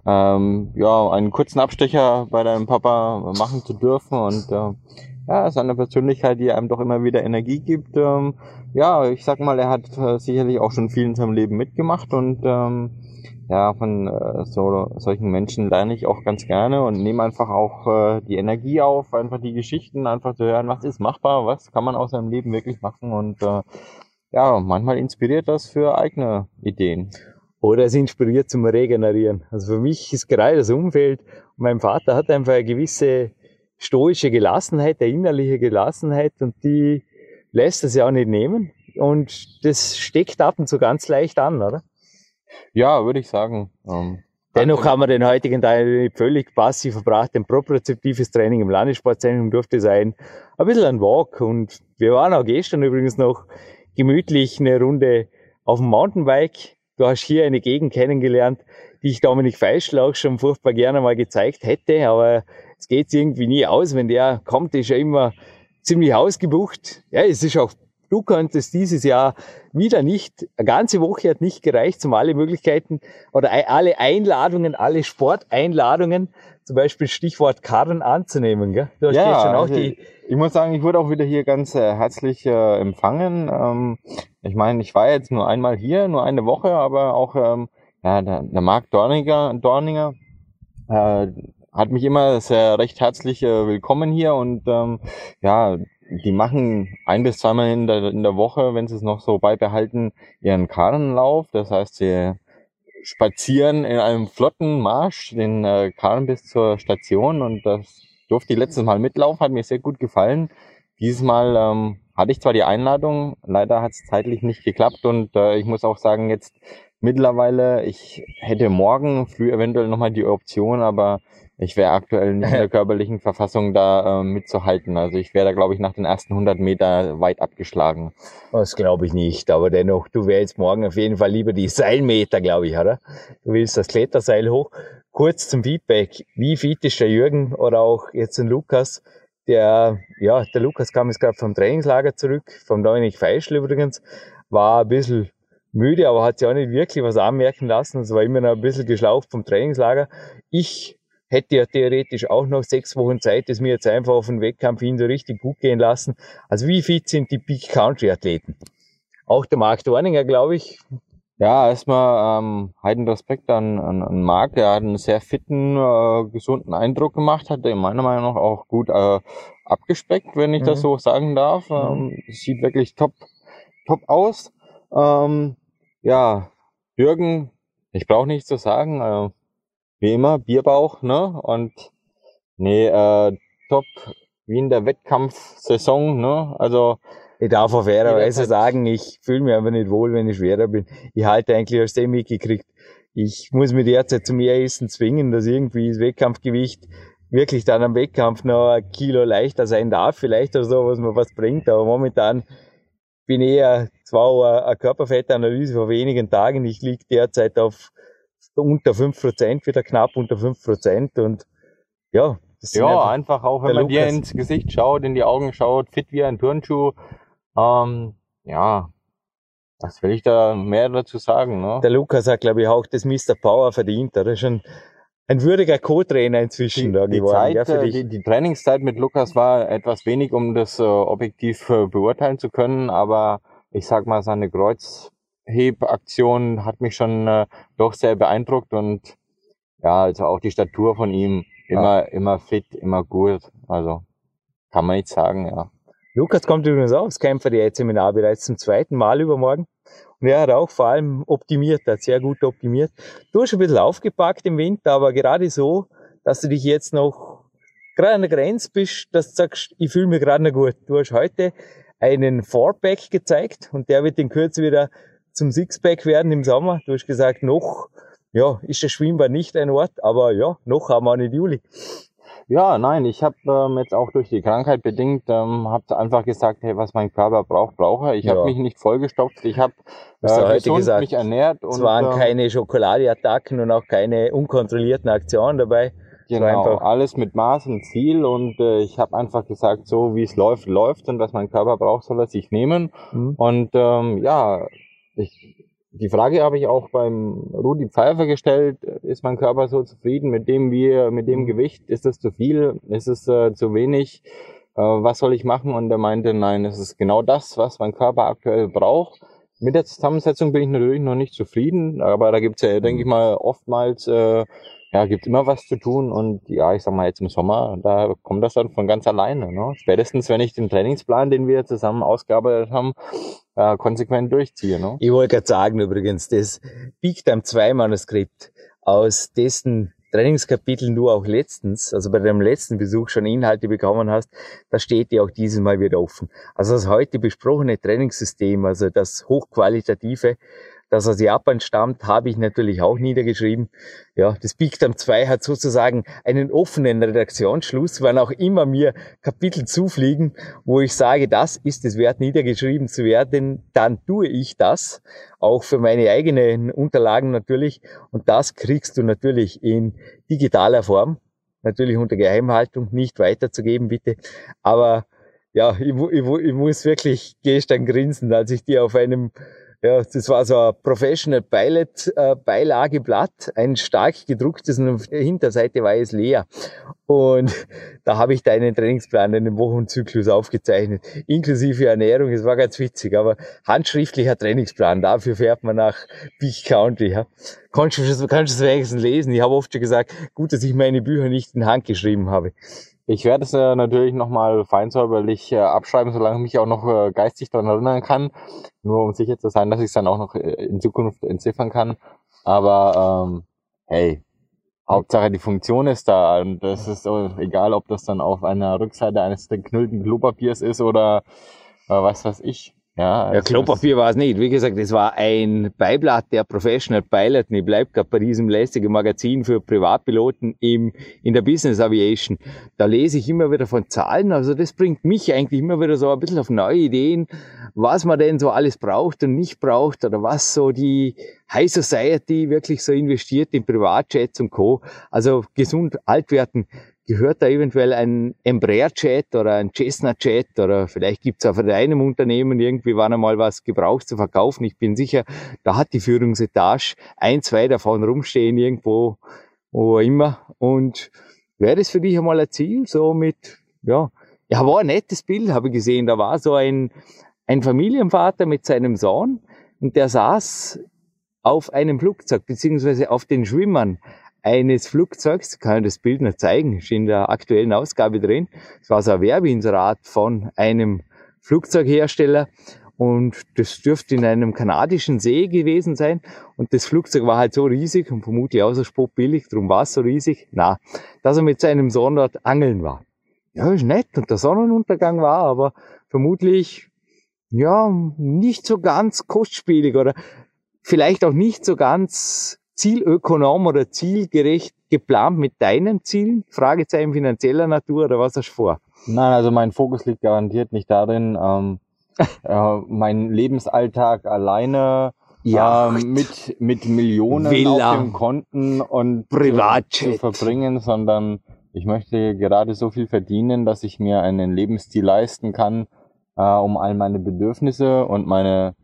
einen kurzen Abstecher bei deinem Papa machen zu dürfen und es ist eine Persönlichkeit, die einem doch immer wieder Energie gibt. Ich sag mal, er hat sicherlich auch schon viel in seinem Leben mitgemacht und von solchen Menschen lerne ich auch ganz gerne und nehme einfach auch die Energie auf, einfach die Geschichten, einfach zu hören, was ist machbar, was kann man aus seinem Leben wirklich machen und manchmal inspiriert das für eigene Ideen. Oder es inspiriert zum Regenerieren. Also für mich ist gerade das Umfeld, mein Vater hat einfach eine gewisse stoische Gelassenheit, eine innerliche Gelassenheit und die lässt es ja auch nicht nehmen und das steckt ab und zu ganz leicht an, oder? Ja, würde ich sagen. Dennoch haben wir den heutigen Teil nicht völlig passiv verbracht. Ein propriozeptives Training im Landessportzentrum durfte sein. Ein bisschen ein Walk und wir waren auch gestern übrigens noch gemütlich eine Runde auf dem Mountainbike. Du hast hier eine Gegend kennengelernt, die ich Dominik Feischl auch schon furchtbar gerne mal gezeigt hätte, aber es geht irgendwie nie aus. Wenn der kommt, ist er immer ziemlich ausgebucht. Ja, es ist auch, du konntest dieses Jahr wieder nicht, eine ganze Woche hat nicht gereicht, um alle Möglichkeiten oder alle Einladungen, alle Sporteinladungen, zum Beispiel Stichwort Karren anzunehmen, gell? Du hast jetzt schon auch ich muss sagen, ich wurde auch wieder hier ganz herzlich empfangen. Ich meine, ich war jetzt nur einmal hier, nur eine Woche, aber auch der Marc Dorninger hat mich immer sehr recht herzlich willkommen hier und die machen 1 bis 2 Mal in der Woche, wenn sie es noch so beibehalten, ihren Karrenlauf. Das heißt, sie spazieren in einem flotten Marsch den Karren bis zur Station und das durfte ich letztes Mal mitlaufen, hat mir sehr gut gefallen. Dieses Mal hatte ich zwar die Einladung, leider hat es zeitlich nicht geklappt und ich muss auch sagen, jetzt mittlerweile, ich hätte morgen früh eventuell nochmal die Option, aber ich wäre aktuell nicht in der körperlichen Verfassung, da mitzuhalten. Also ich wäre da, glaube ich, nach den ersten 100 Meter weit abgeschlagen. Das glaube ich nicht, aber dennoch, du wärst morgen auf jeden Fall lieber die Seilmeter, glaube ich, oder? Du willst das Kletterseil hoch. Kurz zum Feedback. Wie fit ist der Jürgen oder auch jetzt ein Lukas? Der Lukas kam jetzt gerade vom Trainingslager zurück, vom Dominik Feischl übrigens, war ein bisschen müde, aber hat sich auch nicht wirklich was anmerken lassen. Es war immer noch ein bisschen geschlaucht vom Trainingslager. Ich hätte ja theoretisch auch noch 6 Wochen Zeit, das mir jetzt einfach auf den Wettkampf hin so richtig gut gehen lassen. Also wie fit sind die Peak Country Athleten? Auch der Marc Dorninger, glaube ich. Ja, erstmal heiden Respekt an Marc. Er hat einen sehr fitten, gesunden Eindruck gemacht, hat er meiner Meinung nach auch gut abgespeckt, wenn ich das so sagen darf. Sieht wirklich top aus. Jürgen, ich brauche nichts zu sagen. Wie immer, Bierbauch, ne? Und top wie in der Wettkampfsaison, ne? Also ich darf auf fairerweise sagen, ich fühle mich einfach nicht wohl, wenn ich schwerer bin. Ich halte eigentlich als dem mitgekriegt. Ich muss mich derzeit zum Essen zwingen, dass irgendwie das Wettkampfgewicht wirklich dann am Wettkampf noch 1 Kilo leichter sein darf, vielleicht oder so, was mir was bringt. Aber momentan bin ich eher zwar eine Körperfettanalyse vor wenigen Tagen. Ich liege derzeit auf unter 5%, wieder knapp unter 5% und ja. Einfach auch, wenn man dir ins Gesicht schaut, in die Augen schaut, fit wie ein Turnschuh. Was will ich da mehr dazu sagen, ne? Der Lukas hat, glaube ich, auch das Mr. Power verdient. Er ist schon ein würdiger Co-Trainer inzwischen da geworden. Die Trainingszeit mit Lukas war etwas wenig, um das objektiv beurteilen zu können, aber ich sag mal, seine Kreuzhebaktion hat mich schon doch sehr beeindruckt und also auch die Statur von ihm, immer fit, immer gut, also kann man nicht sagen, ja. Lukas kommt übrigens auch aufs Kämpfer Seminar bereits zum 2. Mal übermorgen. Und er hat auch vor allem hat sehr gut optimiert. Du hast ein bisschen aufgepackt im Winter, aber gerade so, dass du dich jetzt noch gerade an der Grenze bist, dass du sagst, ich fühle mich gerade noch gut. Du hast heute einen 4-Pack gezeigt und der wird in Kürze wieder zum 6-Pack werden im Sommer. Du hast gesagt, noch ist das Schwimmbad nicht ein Ort, aber noch haben wir nicht Juli. Ja, nein, ich habe jetzt auch durch die Krankheit bedingt, habe einfach gesagt, hey, was mein Körper braucht er. Ich habe mich nicht vollgestopft, ich habe gesund mich ernährt. Es waren keine Schokoladeattacken und auch keine unkontrollierten Aktionen dabei. Genau, alles mit Maß und Ziel und ich habe einfach gesagt, so wie es läuft und was mein Körper braucht, soll er sich nehmen. Und die Frage habe ich auch beim Rudi Pfeiffer gestellt, ist mein Körper so zufrieden mit dem Gewicht? Ist das zu viel? Ist es zu wenig? Was soll ich machen? Und er meinte, nein, es ist genau das, was mein Körper aktuell braucht. Mit der Zusammensetzung bin ich natürlich noch nicht zufrieden, aber da gibt's ja, denke ich mal, oftmals, gibt's immer was zu tun und ja, ich sag mal jetzt im Sommer, da kommt das dann von ganz alleine, ne? Spätestens, wenn ich den Trainingsplan, den wir zusammen ausgearbeitet haben, konsequent durchziehe, ne? Ich wollte gerade sagen übrigens, das Peak Time 2 Manuskript, aus dessen Trainingskapiteln du auch letztens, also bei deinem letzten Besuch schon Inhalte bekommen hast, da steht dir auch dieses Mal wieder offen. Also das heute besprochene Trainingssystem, also das hochqualitative, das aus Japan stammt, habe ich natürlich auch niedergeschrieben. Ja, das Peak Time 2 hat sozusagen einen offenen Redaktionsschluss, wann auch immer mir Kapitel zufliegen, wo ich sage, das ist es wert, niedergeschrieben zu werden, dann tue ich das, auch für meine eigenen Unterlagen natürlich. Und das kriegst du natürlich in digitaler Form, natürlich unter Geheimhaltung, nicht weiterzugeben, bitte. Aber ja, ich muss wirklich gestern grinsen, als ich dir auf einem, ja, das war so ein Professional Pilot Beilageblatt, ein stark gedrucktes, und auf der Hinterseite war es leer. Und da habe ich deinen Trainingsplan, einen Wochenzyklus aufgezeichnet, inklusive Ernährung. Es war ganz witzig, aber handschriftlicher Trainingsplan, dafür fährt man nach Peak Country. Ja. Kannst du es wenigstens lesen? Ich habe oft schon gesagt, gut, dass ich meine Bücher nicht in Hand geschrieben habe. Ich werde es natürlich nochmal feinsäuberlich abschreiben, solange ich mich auch noch geistig daran erinnern kann. Nur um sicher zu sein, dass ich es dann auch noch in Zukunft entziffern kann. Aber hey, Hauptsache die Funktion ist da. Und das ist egal, ob das dann auf einer Rückseite eines geknüllten Klopapiers ist oder was weiß ich. Ja, Klopapier war es nicht. Wie gesagt, es war ein Beiblatt der Professional Pilot. Und ich bleib gerade bei diesem lästigen Magazin für Privatpiloten in der Business Aviation. Da lese ich immer wieder von Zahlen. Also das bringt mich eigentlich immer wieder so ein bisschen auf neue Ideen, was man denn so alles braucht und nicht braucht oder was so die High Society wirklich so investiert in Privatjets und Co. Also gesund alt werden. Gehört da eventuell ein Embraer-Jet oder ein Cessna-Jet oder vielleicht gibt's auch von einem Unternehmen irgendwie wann einmal was gebraucht zu verkaufen. Ich bin sicher, da hat die Führungsetage 1, 2 davon rumstehen irgendwo, wo immer. Und wäre das für dich einmal ein Ziel, so mit, ja, war ein nettes Bild, habe ich gesehen. Da war so ein Familienvater mit seinem Sohn und der saß auf einem Flugzeug, beziehungsweise auf den Schwimmern eines Flugzeugs, kann ich das Bild noch zeigen, ist in der aktuellen Ausgabe drin. Es war so ein Werbeinserat von einem Flugzeughersteller und das dürfte in einem kanadischen See gewesen sein und das Flugzeug war halt so riesig und vermutlich auch so spottbillig, darum war es so riesig, dass er mit seinem Sohn dort angeln war. Ja, ist nett und der Sonnenuntergang war aber vermutlich, ja, nicht so ganz kostspielig oder vielleicht auch nicht so ganz zielökonom oder zielgerecht geplant mit deinen Zielen? Fragezeichen finanzieller Natur oder was hast du vor? Nein, also mein Fokus liegt garantiert nicht darin, meinen Lebensalltag alleine mit Millionen Villa, auf den Konten und Privatjet zu verbringen, sondern ich möchte gerade so viel verdienen, dass ich mir einen Lebensstil leisten kann, um all meine Bedürfnisse und meine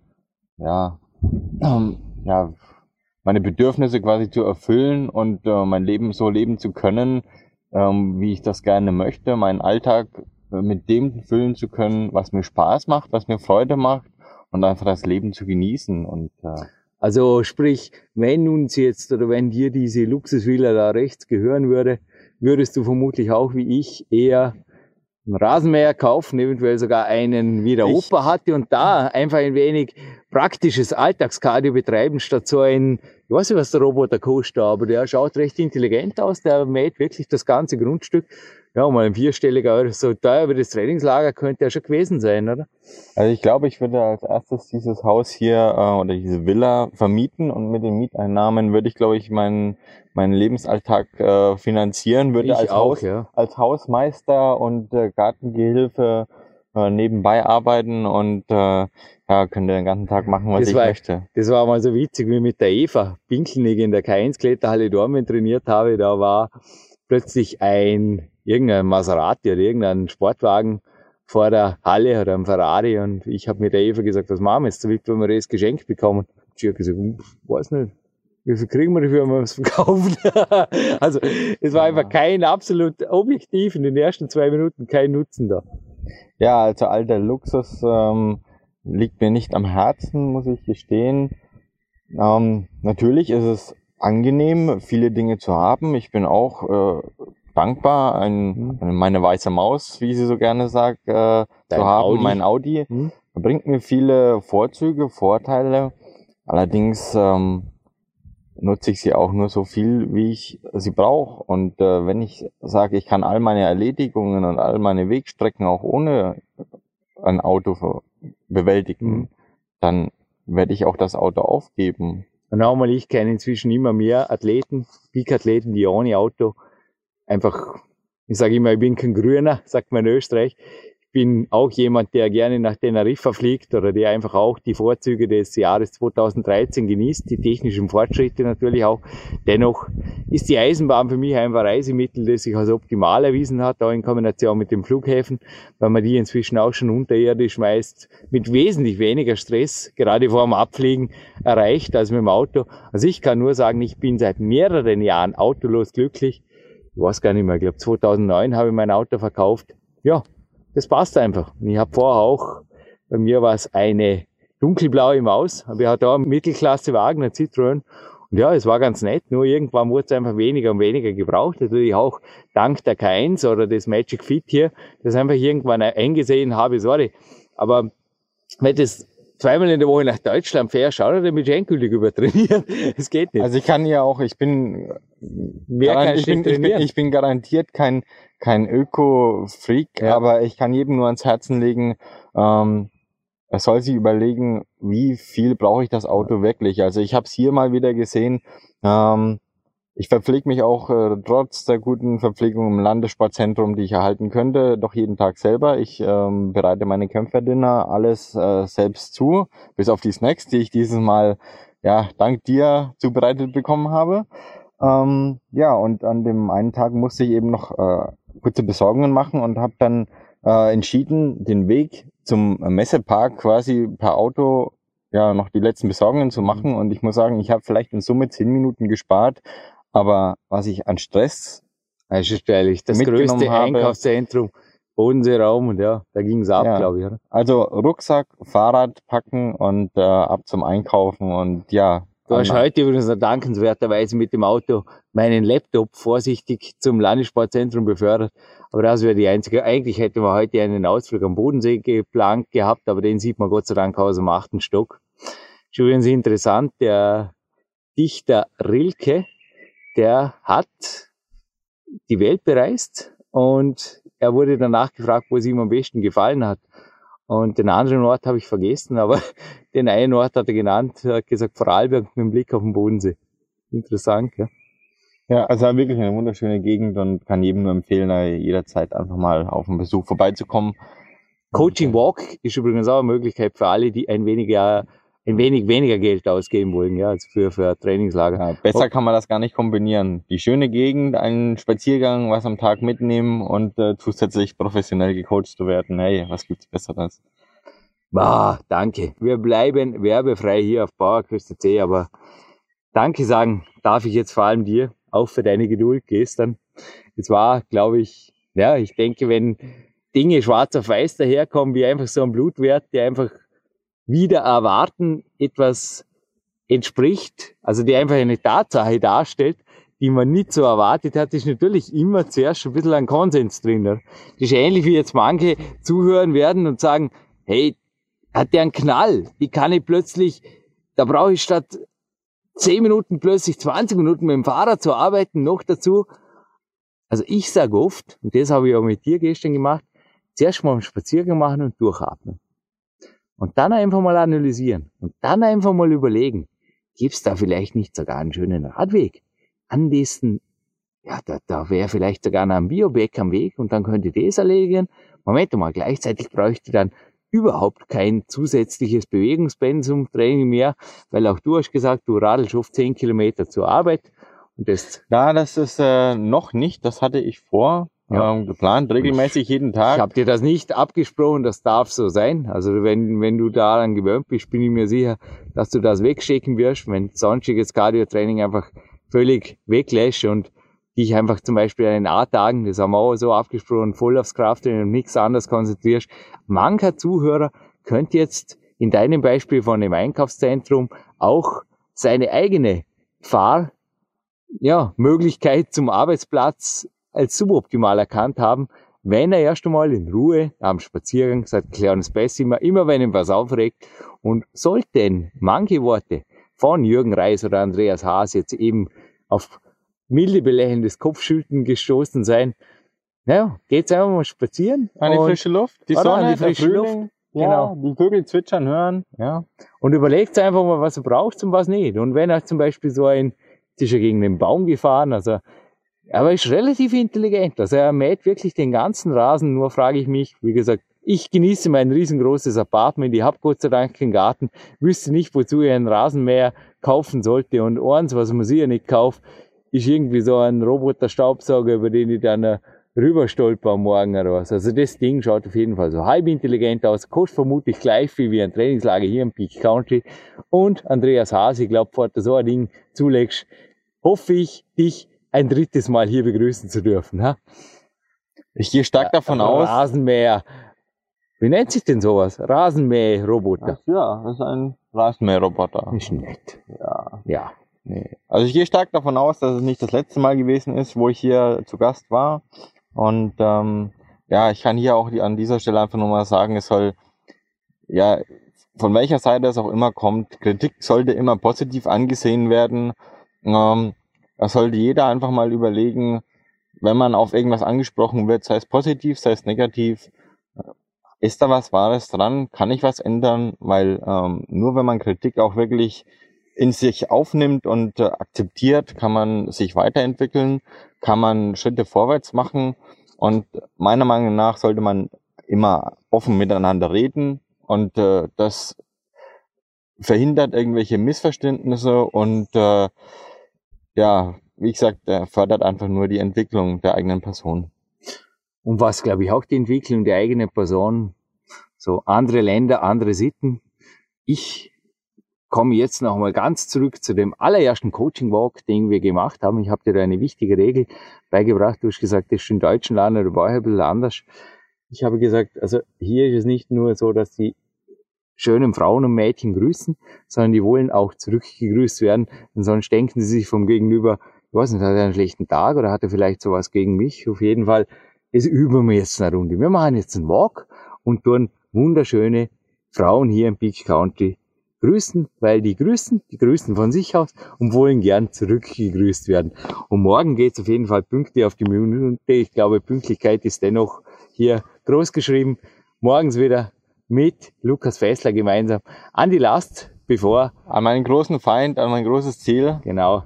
Bedürfnisse quasi zu erfüllen und mein Leben so leben zu können, wie ich das gerne möchte, meinen Alltag mit dem füllen zu können, was mir Spaß macht, was mir Freude macht und einfach das Leben zu genießen. Und also sprich, wenn uns jetzt oder wenn dir diese Luxusvilla da rechts gehören würde, würdest du vermutlich auch wie ich eher einen Rasenmäher kaufen, eventuell sogar einen, wie der Opa hatte, und da einfach ein wenig praktisches Alltagscardio betreiben, statt so ein, ich weiß nicht, was der Roboter kostet, aber der schaut recht intelligent aus, der mäht wirklich das ganze Grundstück. Ja, mal ein 4-stelliger Euro, so teuer wie das Trainingslager könnte ja schon gewesen sein, oder? Also ich glaube, ich würde als erstes dieses Haus hier oder diese Villa vermieten und mit den Mieteinnahmen würde ich, glaube ich, meinen Lebensalltag finanzieren, würde als Hausmeister und Gartengehilfe nebenbei arbeiten und könnte den ganzen Tag machen, was ich möchte. Das war mal so witzig, wie mit der Eva Pinkelnig in der K1-Kletterhalle Dormen trainiert habe. Da war plötzlich irgendein Maserati oder irgendein Sportwagen vor der Halle oder ein Ferrari und ich habe mit der Eva gesagt, was machen wir jetzt damit, wenn wir das Geschenk bekommen? Sie hat gesagt, weiß nicht. Wie viel kriegen wir dafür, wenn wir es verkaufen? Also, es war einfach kein absolut objektiv in den ersten 2 Minuten kein Nutzen da. Ja, also all der Luxus liegt mir nicht am Herzen, muss ich gestehen. Natürlich ist es angenehm, viele Dinge zu haben. Ich bin auch dankbar, meine weiße Maus, wie sie so gerne sagt, zu haben, Audi. Mein Audi. Bringt mir viele Vorzüge, Vorteile. Allerdings nutze ich sie auch nur so viel, wie ich sie brauche. Und wenn ich sage, ich kann all meine Erledigungen und all meine Wegstrecken auch ohne ein Auto bewältigen, dann werde ich auch das Auto aufgeben. Und auch mal, ich kenne inzwischen immer mehr Athleten, Peak-Athleten, die ohne Auto einfach, ich sage immer, ich bin kein Grüner, sagt man in Österreich. Ich bin auch jemand, der gerne nach Teneriffa fliegt oder der einfach auch die Vorzüge des Jahres 2013 genießt, die technischen Fortschritte natürlich auch. Dennoch ist die Eisenbahn für mich einfach ein Reisemittel, das sich als optimal erwiesen hat, auch in Kombination mit den Flughäfen, weil man die inzwischen auch schon unterirdisch meist mit wesentlich weniger Stress, gerade vor dem Abfliegen, erreicht als mit dem Auto. Also ich kann nur sagen, ich bin seit mehreren Jahren autolos glücklich. Ich weiß gar nicht mehr, ich glaube 2009 habe ich mein Auto verkauft. Ja, das passt einfach. Ich habe vorher auch, bei mir war es eine dunkelblaue Maus, aber ich hatte auch einen Mittelklassewagen, einen Citroën. Und ja, es war ganz nett, nur irgendwann wurde es einfach weniger und weniger gebraucht. Natürlich auch dank der K1 oder des Magic Fit hier, das einfach irgendwann eingesehen habe, sorry. Aber wenn das zweimal in der Woche nach Deutschland fährst, schau dir damit endgültig übertrainieren. Es geht nicht. Also ich kann ja auch, ich bin garantiert kein Öko-Freak, ja. Aber ich kann jedem nur ans Herzen legen, er soll sich überlegen, wie viel brauche ich das Auto wirklich. Also ich habe es hier mal wieder gesehen, ich verpflege mich auch trotz der guten Verpflegung im Landessportzentrum, die ich erhalten könnte, doch jeden Tag selber. Ich bereite meine Kämpferdinner alles selbst zu, bis auf die Snacks, die ich dieses Mal dank dir zubereitet bekommen habe. Und an dem einen Tag musste ich eben noch kurze Besorgungen machen und habe dann entschieden, den Weg zum Messepark quasi per Auto noch die letzten Besorgungen zu machen. Und ich muss sagen, ich habe vielleicht in Summe 10 Minuten gespart, aber was ich an Stress das größte Einkaufszentrum, Bodenseeraum, und da ging es ab, glaube ich. Oder? Also Rucksack, Fahrrad packen und ab zum Einkaufen und ja. Du hast heute übrigens dankenswerterweise mit dem Auto meinen Laptop vorsichtig zum Landessportzentrum befördert. Aber das wäre die einzige. Eigentlich hätten wir heute einen Ausflug am Bodensee geplant gehabt, aber den sieht man Gott sei Dank aus dem 8. Stock. Ist übrigens interessant, der Dichter Rilke, der hat die Welt bereist und er wurde danach gefragt, wo es ihm am besten gefallen hat. Und den anderen Ort habe ich vergessen, aber den einen Ort hat er genannt, er hat gesagt Vorarlberg mit dem Blick auf den Bodensee. Interessant, ja. Ja, also wirklich eine wunderschöne Gegend und kann jedem nur empfehlen, jederzeit einfach mal auf einen Besuch vorbeizukommen. Coaching Walk ist übrigens auch eine Möglichkeit für alle, die ein wenig weniger Geld ausgeben wollen, ja, als für Trainingslager. Ja, besser kann man das gar nicht kombinieren. Die schöne Gegend, einen Spaziergang, was am Tag mitnehmen und zusätzlich professionell gecoacht zu werden. Hey, was gibt's Besseres? Danke. Wir bleiben werbefrei hier auf PowerQuest.c, aber danke sagen darf ich jetzt vor allem dir, auch für deine Geduld gestern. Es war, glaube ich, ich denke, wenn Dinge schwarz auf weiß daherkommen, wie einfach so ein Blutwert, der einfach wieder erwarten etwas entspricht, also die einfach eine Tatsache darstellt, die man nicht so erwartet hat, ist natürlich immer zuerst ein bisschen ein Konsens drin. Das ist ähnlich wie jetzt manche zuhören werden und sagen, hey, hat der einen Knall? Wie kann ich plötzlich, da brauche ich statt 10 Minuten plötzlich 20 Minuten mit dem Fahrrad zu arbeiten, noch dazu. Also ich sage oft, und das habe ich auch mit dir gestern gemacht, zuerst mal einen Spaziergang machen und durchatmen. Und dann einfach mal analysieren. Und dann einfach mal überlegen, gibt's da vielleicht nicht sogar einen schönen Radweg? An diesen, da wäre vielleicht sogar noch ein Bioback am Weg und dann könnte ich das erledigen. Moment mal, gleichzeitig bräuchte ich dann überhaupt kein zusätzliches Bewegungspensum-Training mehr, weil auch du hast gesagt, du radelst oft 10 Kilometer zur Arbeit. Und das ist noch nicht, das hatte ich vor. Geplant, regelmäßig jeden Tag. Ich habe dir das nicht abgesprochen, das darf so sein. Also wenn du daran gewöhnt bist, bin ich mir sicher, dass du das wegschicken wirst, wenn sonstiges Cardio-Training einfach völlig weglässt und dich einfach zum Beispiel an den A-Tagen, das haben wir auch so abgesprochen, voll aufs Krafttraining und nichts anderes konzentrierst. Mancher Zuhörer könnte jetzt in deinem Beispiel von dem Einkaufszentrum auch seine eigene Möglichkeit zum Arbeitsplatz als suboptimal erkannt haben, wenn er erst einmal in Ruhe am Spaziergang sagt, kleines Besser, immer wenn ihm was aufregt. Und sollten manche Worte von Jürgen Reis oder Andreas Haas jetzt eben auf milde belächelndes Kopfschütteln gestoßen sein, geht's einfach mal spazieren. An die frische Luft, die Sonne, die frische Luft. Ja, die Vögel zwitschern hören. Ja. Und überlegt einfach mal, was er braucht und was nicht. Und wenn er zum Beispiel ist er gegen den Baum gefahren, aber ist relativ intelligent. Also er mäht wirklich den ganzen Rasen, nur frage ich mich, wie gesagt, ich genieße mein riesengroßes Apartment, ich habe Gott sei Dank keinen Garten, wüsste nicht, wozu ich einen Rasenmäher kaufen sollte. Und eins, was man sicher nicht kauft, ist irgendwie so ein Roboter-Staubsauger, über den ich dann rüberstolper am Morgen oder was. Also das Ding schaut auf jeden Fall so halb intelligent aus, kostet vermutlich gleich viel wie ein Trainingslager hier im Peak Country. Und Andreas Haas, ich glaube, bevor du so ein Ding zulegst, hoffe ich, dich ein drittes Mal hier begrüßen zu dürfen. Ha? Ich gehe stark davon aus. Rasenmäher. Wie nennt sich denn sowas? Rasenmäher-Roboter. Ja, das ist ein Rasenmäher-Roboter. Ist nett. Ja. Nee. Also ich gehe stark davon aus, dass es nicht das letzte Mal gewesen ist, wo ich hier zu Gast war. Und ich kann hier auch an dieser Stelle einfach nur mal sagen, es soll, von welcher Seite es auch immer kommt, Kritik sollte immer positiv angesehen werden. Da sollte jeder einfach mal überlegen, wenn man auf irgendwas angesprochen wird, sei es positiv, sei es negativ, ist da was Wahres dran? Kann ich was ändern? Weil nur wenn man Kritik auch wirklich in sich aufnimmt und akzeptiert, kann man sich weiterentwickeln, kann man Schritte vorwärts machen. Und meiner Meinung nach sollte man immer offen miteinander reden. Und das verhindert irgendwelche Missverständnisse und wie gesagt, fördert einfach nur die Entwicklung der eigenen Person. Und was, glaube ich, auch die Entwicklung der eigenen Person, so andere Länder, andere Sitten. Ich komme jetzt noch mal ganz zurück zu dem allerersten Coaching-Walk, den wir gemacht haben. Ich habe dir da eine wichtige Regel beigebracht. Du hast gesagt, das ist in deutschen Ländern oder ein bisschen anders. Ich habe gesagt, also hier ist es nicht nur so, dass die schönen Frauen und Mädchen grüßen, sondern die wollen auch zurückgegrüßt werden. Und sonst denken sie sich vom Gegenüber, ich weiß nicht, hat er einen schlechten Tag oder hat er vielleicht sowas gegen mich? Auf jeden Fall, das üben wir jetzt eine Runde. Wir machen jetzt einen Walk und tun wunderschöne Frauen hier im Peak Country grüßen, weil die grüßen von sich aus und wollen gern zurückgegrüßt werden. Und morgen geht's auf jeden Fall pünktlich auf die Minute. Ich glaube, Pünktlichkeit ist dennoch hier groß geschrieben. Morgens wieder mit Lukas Fessler gemeinsam an die Last, an meinen großen Feind, an mein großes Ziel. Genau.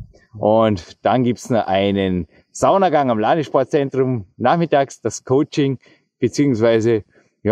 Und dann gibt's noch einen Saunagang am Landessportzentrum, nachmittags das Coaching, beziehungsweise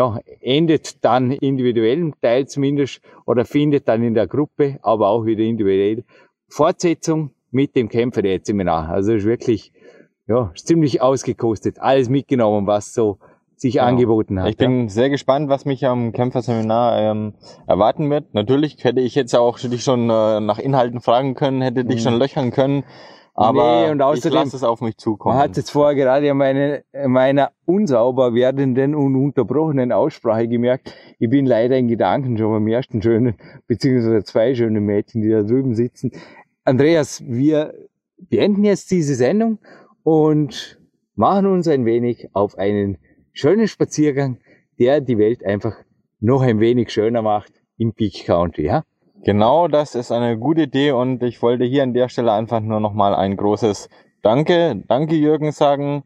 endet dann individuellen Teil zumindest oder findet dann in der Gruppe, aber auch wieder individuell Fortsetzung mit dem Kämpfer-Seminar. Also ist wirklich ziemlich ausgekostet, alles mitgenommen, was so sich angeboten hat. Ich bin sehr gespannt, was mich am Kämpferseminar erwarten wird. Natürlich hätte ich jetzt auch dich schon nach Inhalten fragen können, hätte dich schon löchern können. Aber und außerdem, ich lasse es auf mich zukommen. Man hat jetzt vorher gerade an meiner unsauber werdenden und unterbrochenen Aussprache gemerkt, ich bin leider in Gedanken schon beim ersten schönen, beziehungsweise zwei schönen Mädchen, die da drüben sitzen. Andreas, wir beenden jetzt diese Sendung und machen uns ein wenig auf einen schönen Spaziergang, der die Welt einfach noch ein wenig schöner macht im Peak Country, ja? Genau, das ist eine gute Idee und ich wollte hier an der Stelle einfach nur nochmal ein großes Danke Jürgen sagen.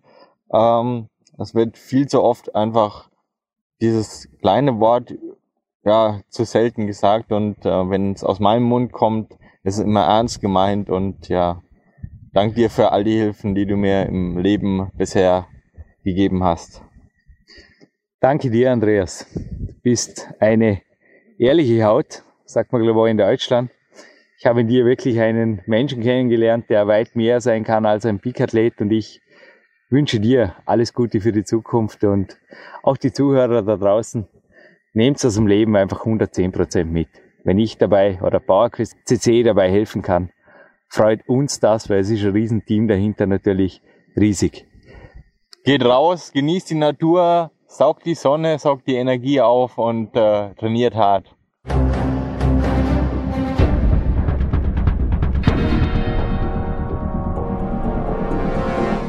Es wird viel zu oft einfach dieses kleine Wort zu selten gesagt und wenn es aus meinem Mund kommt, ist es immer ernst gemeint und danke dir für all die Hilfen, die du mir im Leben bisher gegeben hast. Danke dir, Andreas. Du bist eine ehrliche Haut, sagt man glaube ich in Deutschland. Ich habe in dir wirklich einen Menschen kennengelernt, der weit mehr sein kann als ein Peak-Athlet und ich wünsche dir alles Gute für die Zukunft und auch die Zuhörer da draußen, nehmt aus dem Leben einfach 110% mit. Wenn ich dabei oder PowerQuest CC dabei helfen kann, freut uns das, weil es ist ein Riesenteam dahinter natürlich riesig. Geht raus, genießt die Natur, saugt die Sonne, saugt die Energie auf und trainiert hart.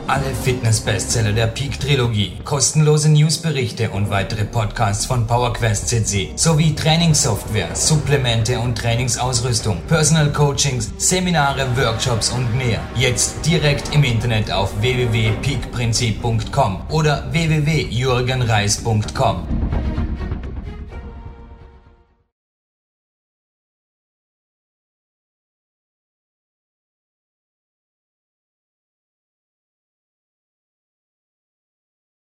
alle Fitness-Bestseller der Peak-Trilogie, kostenlose Newsberichte und weitere Podcasts von PowerQuest CC sowie Trainingssoftware, Supplemente und Trainingsausrüstung, Personal Coachings, Seminare, Workshops und mehr. Jetzt direkt im Internet auf www.peakprinzip.com oder www.jürgenreis.com.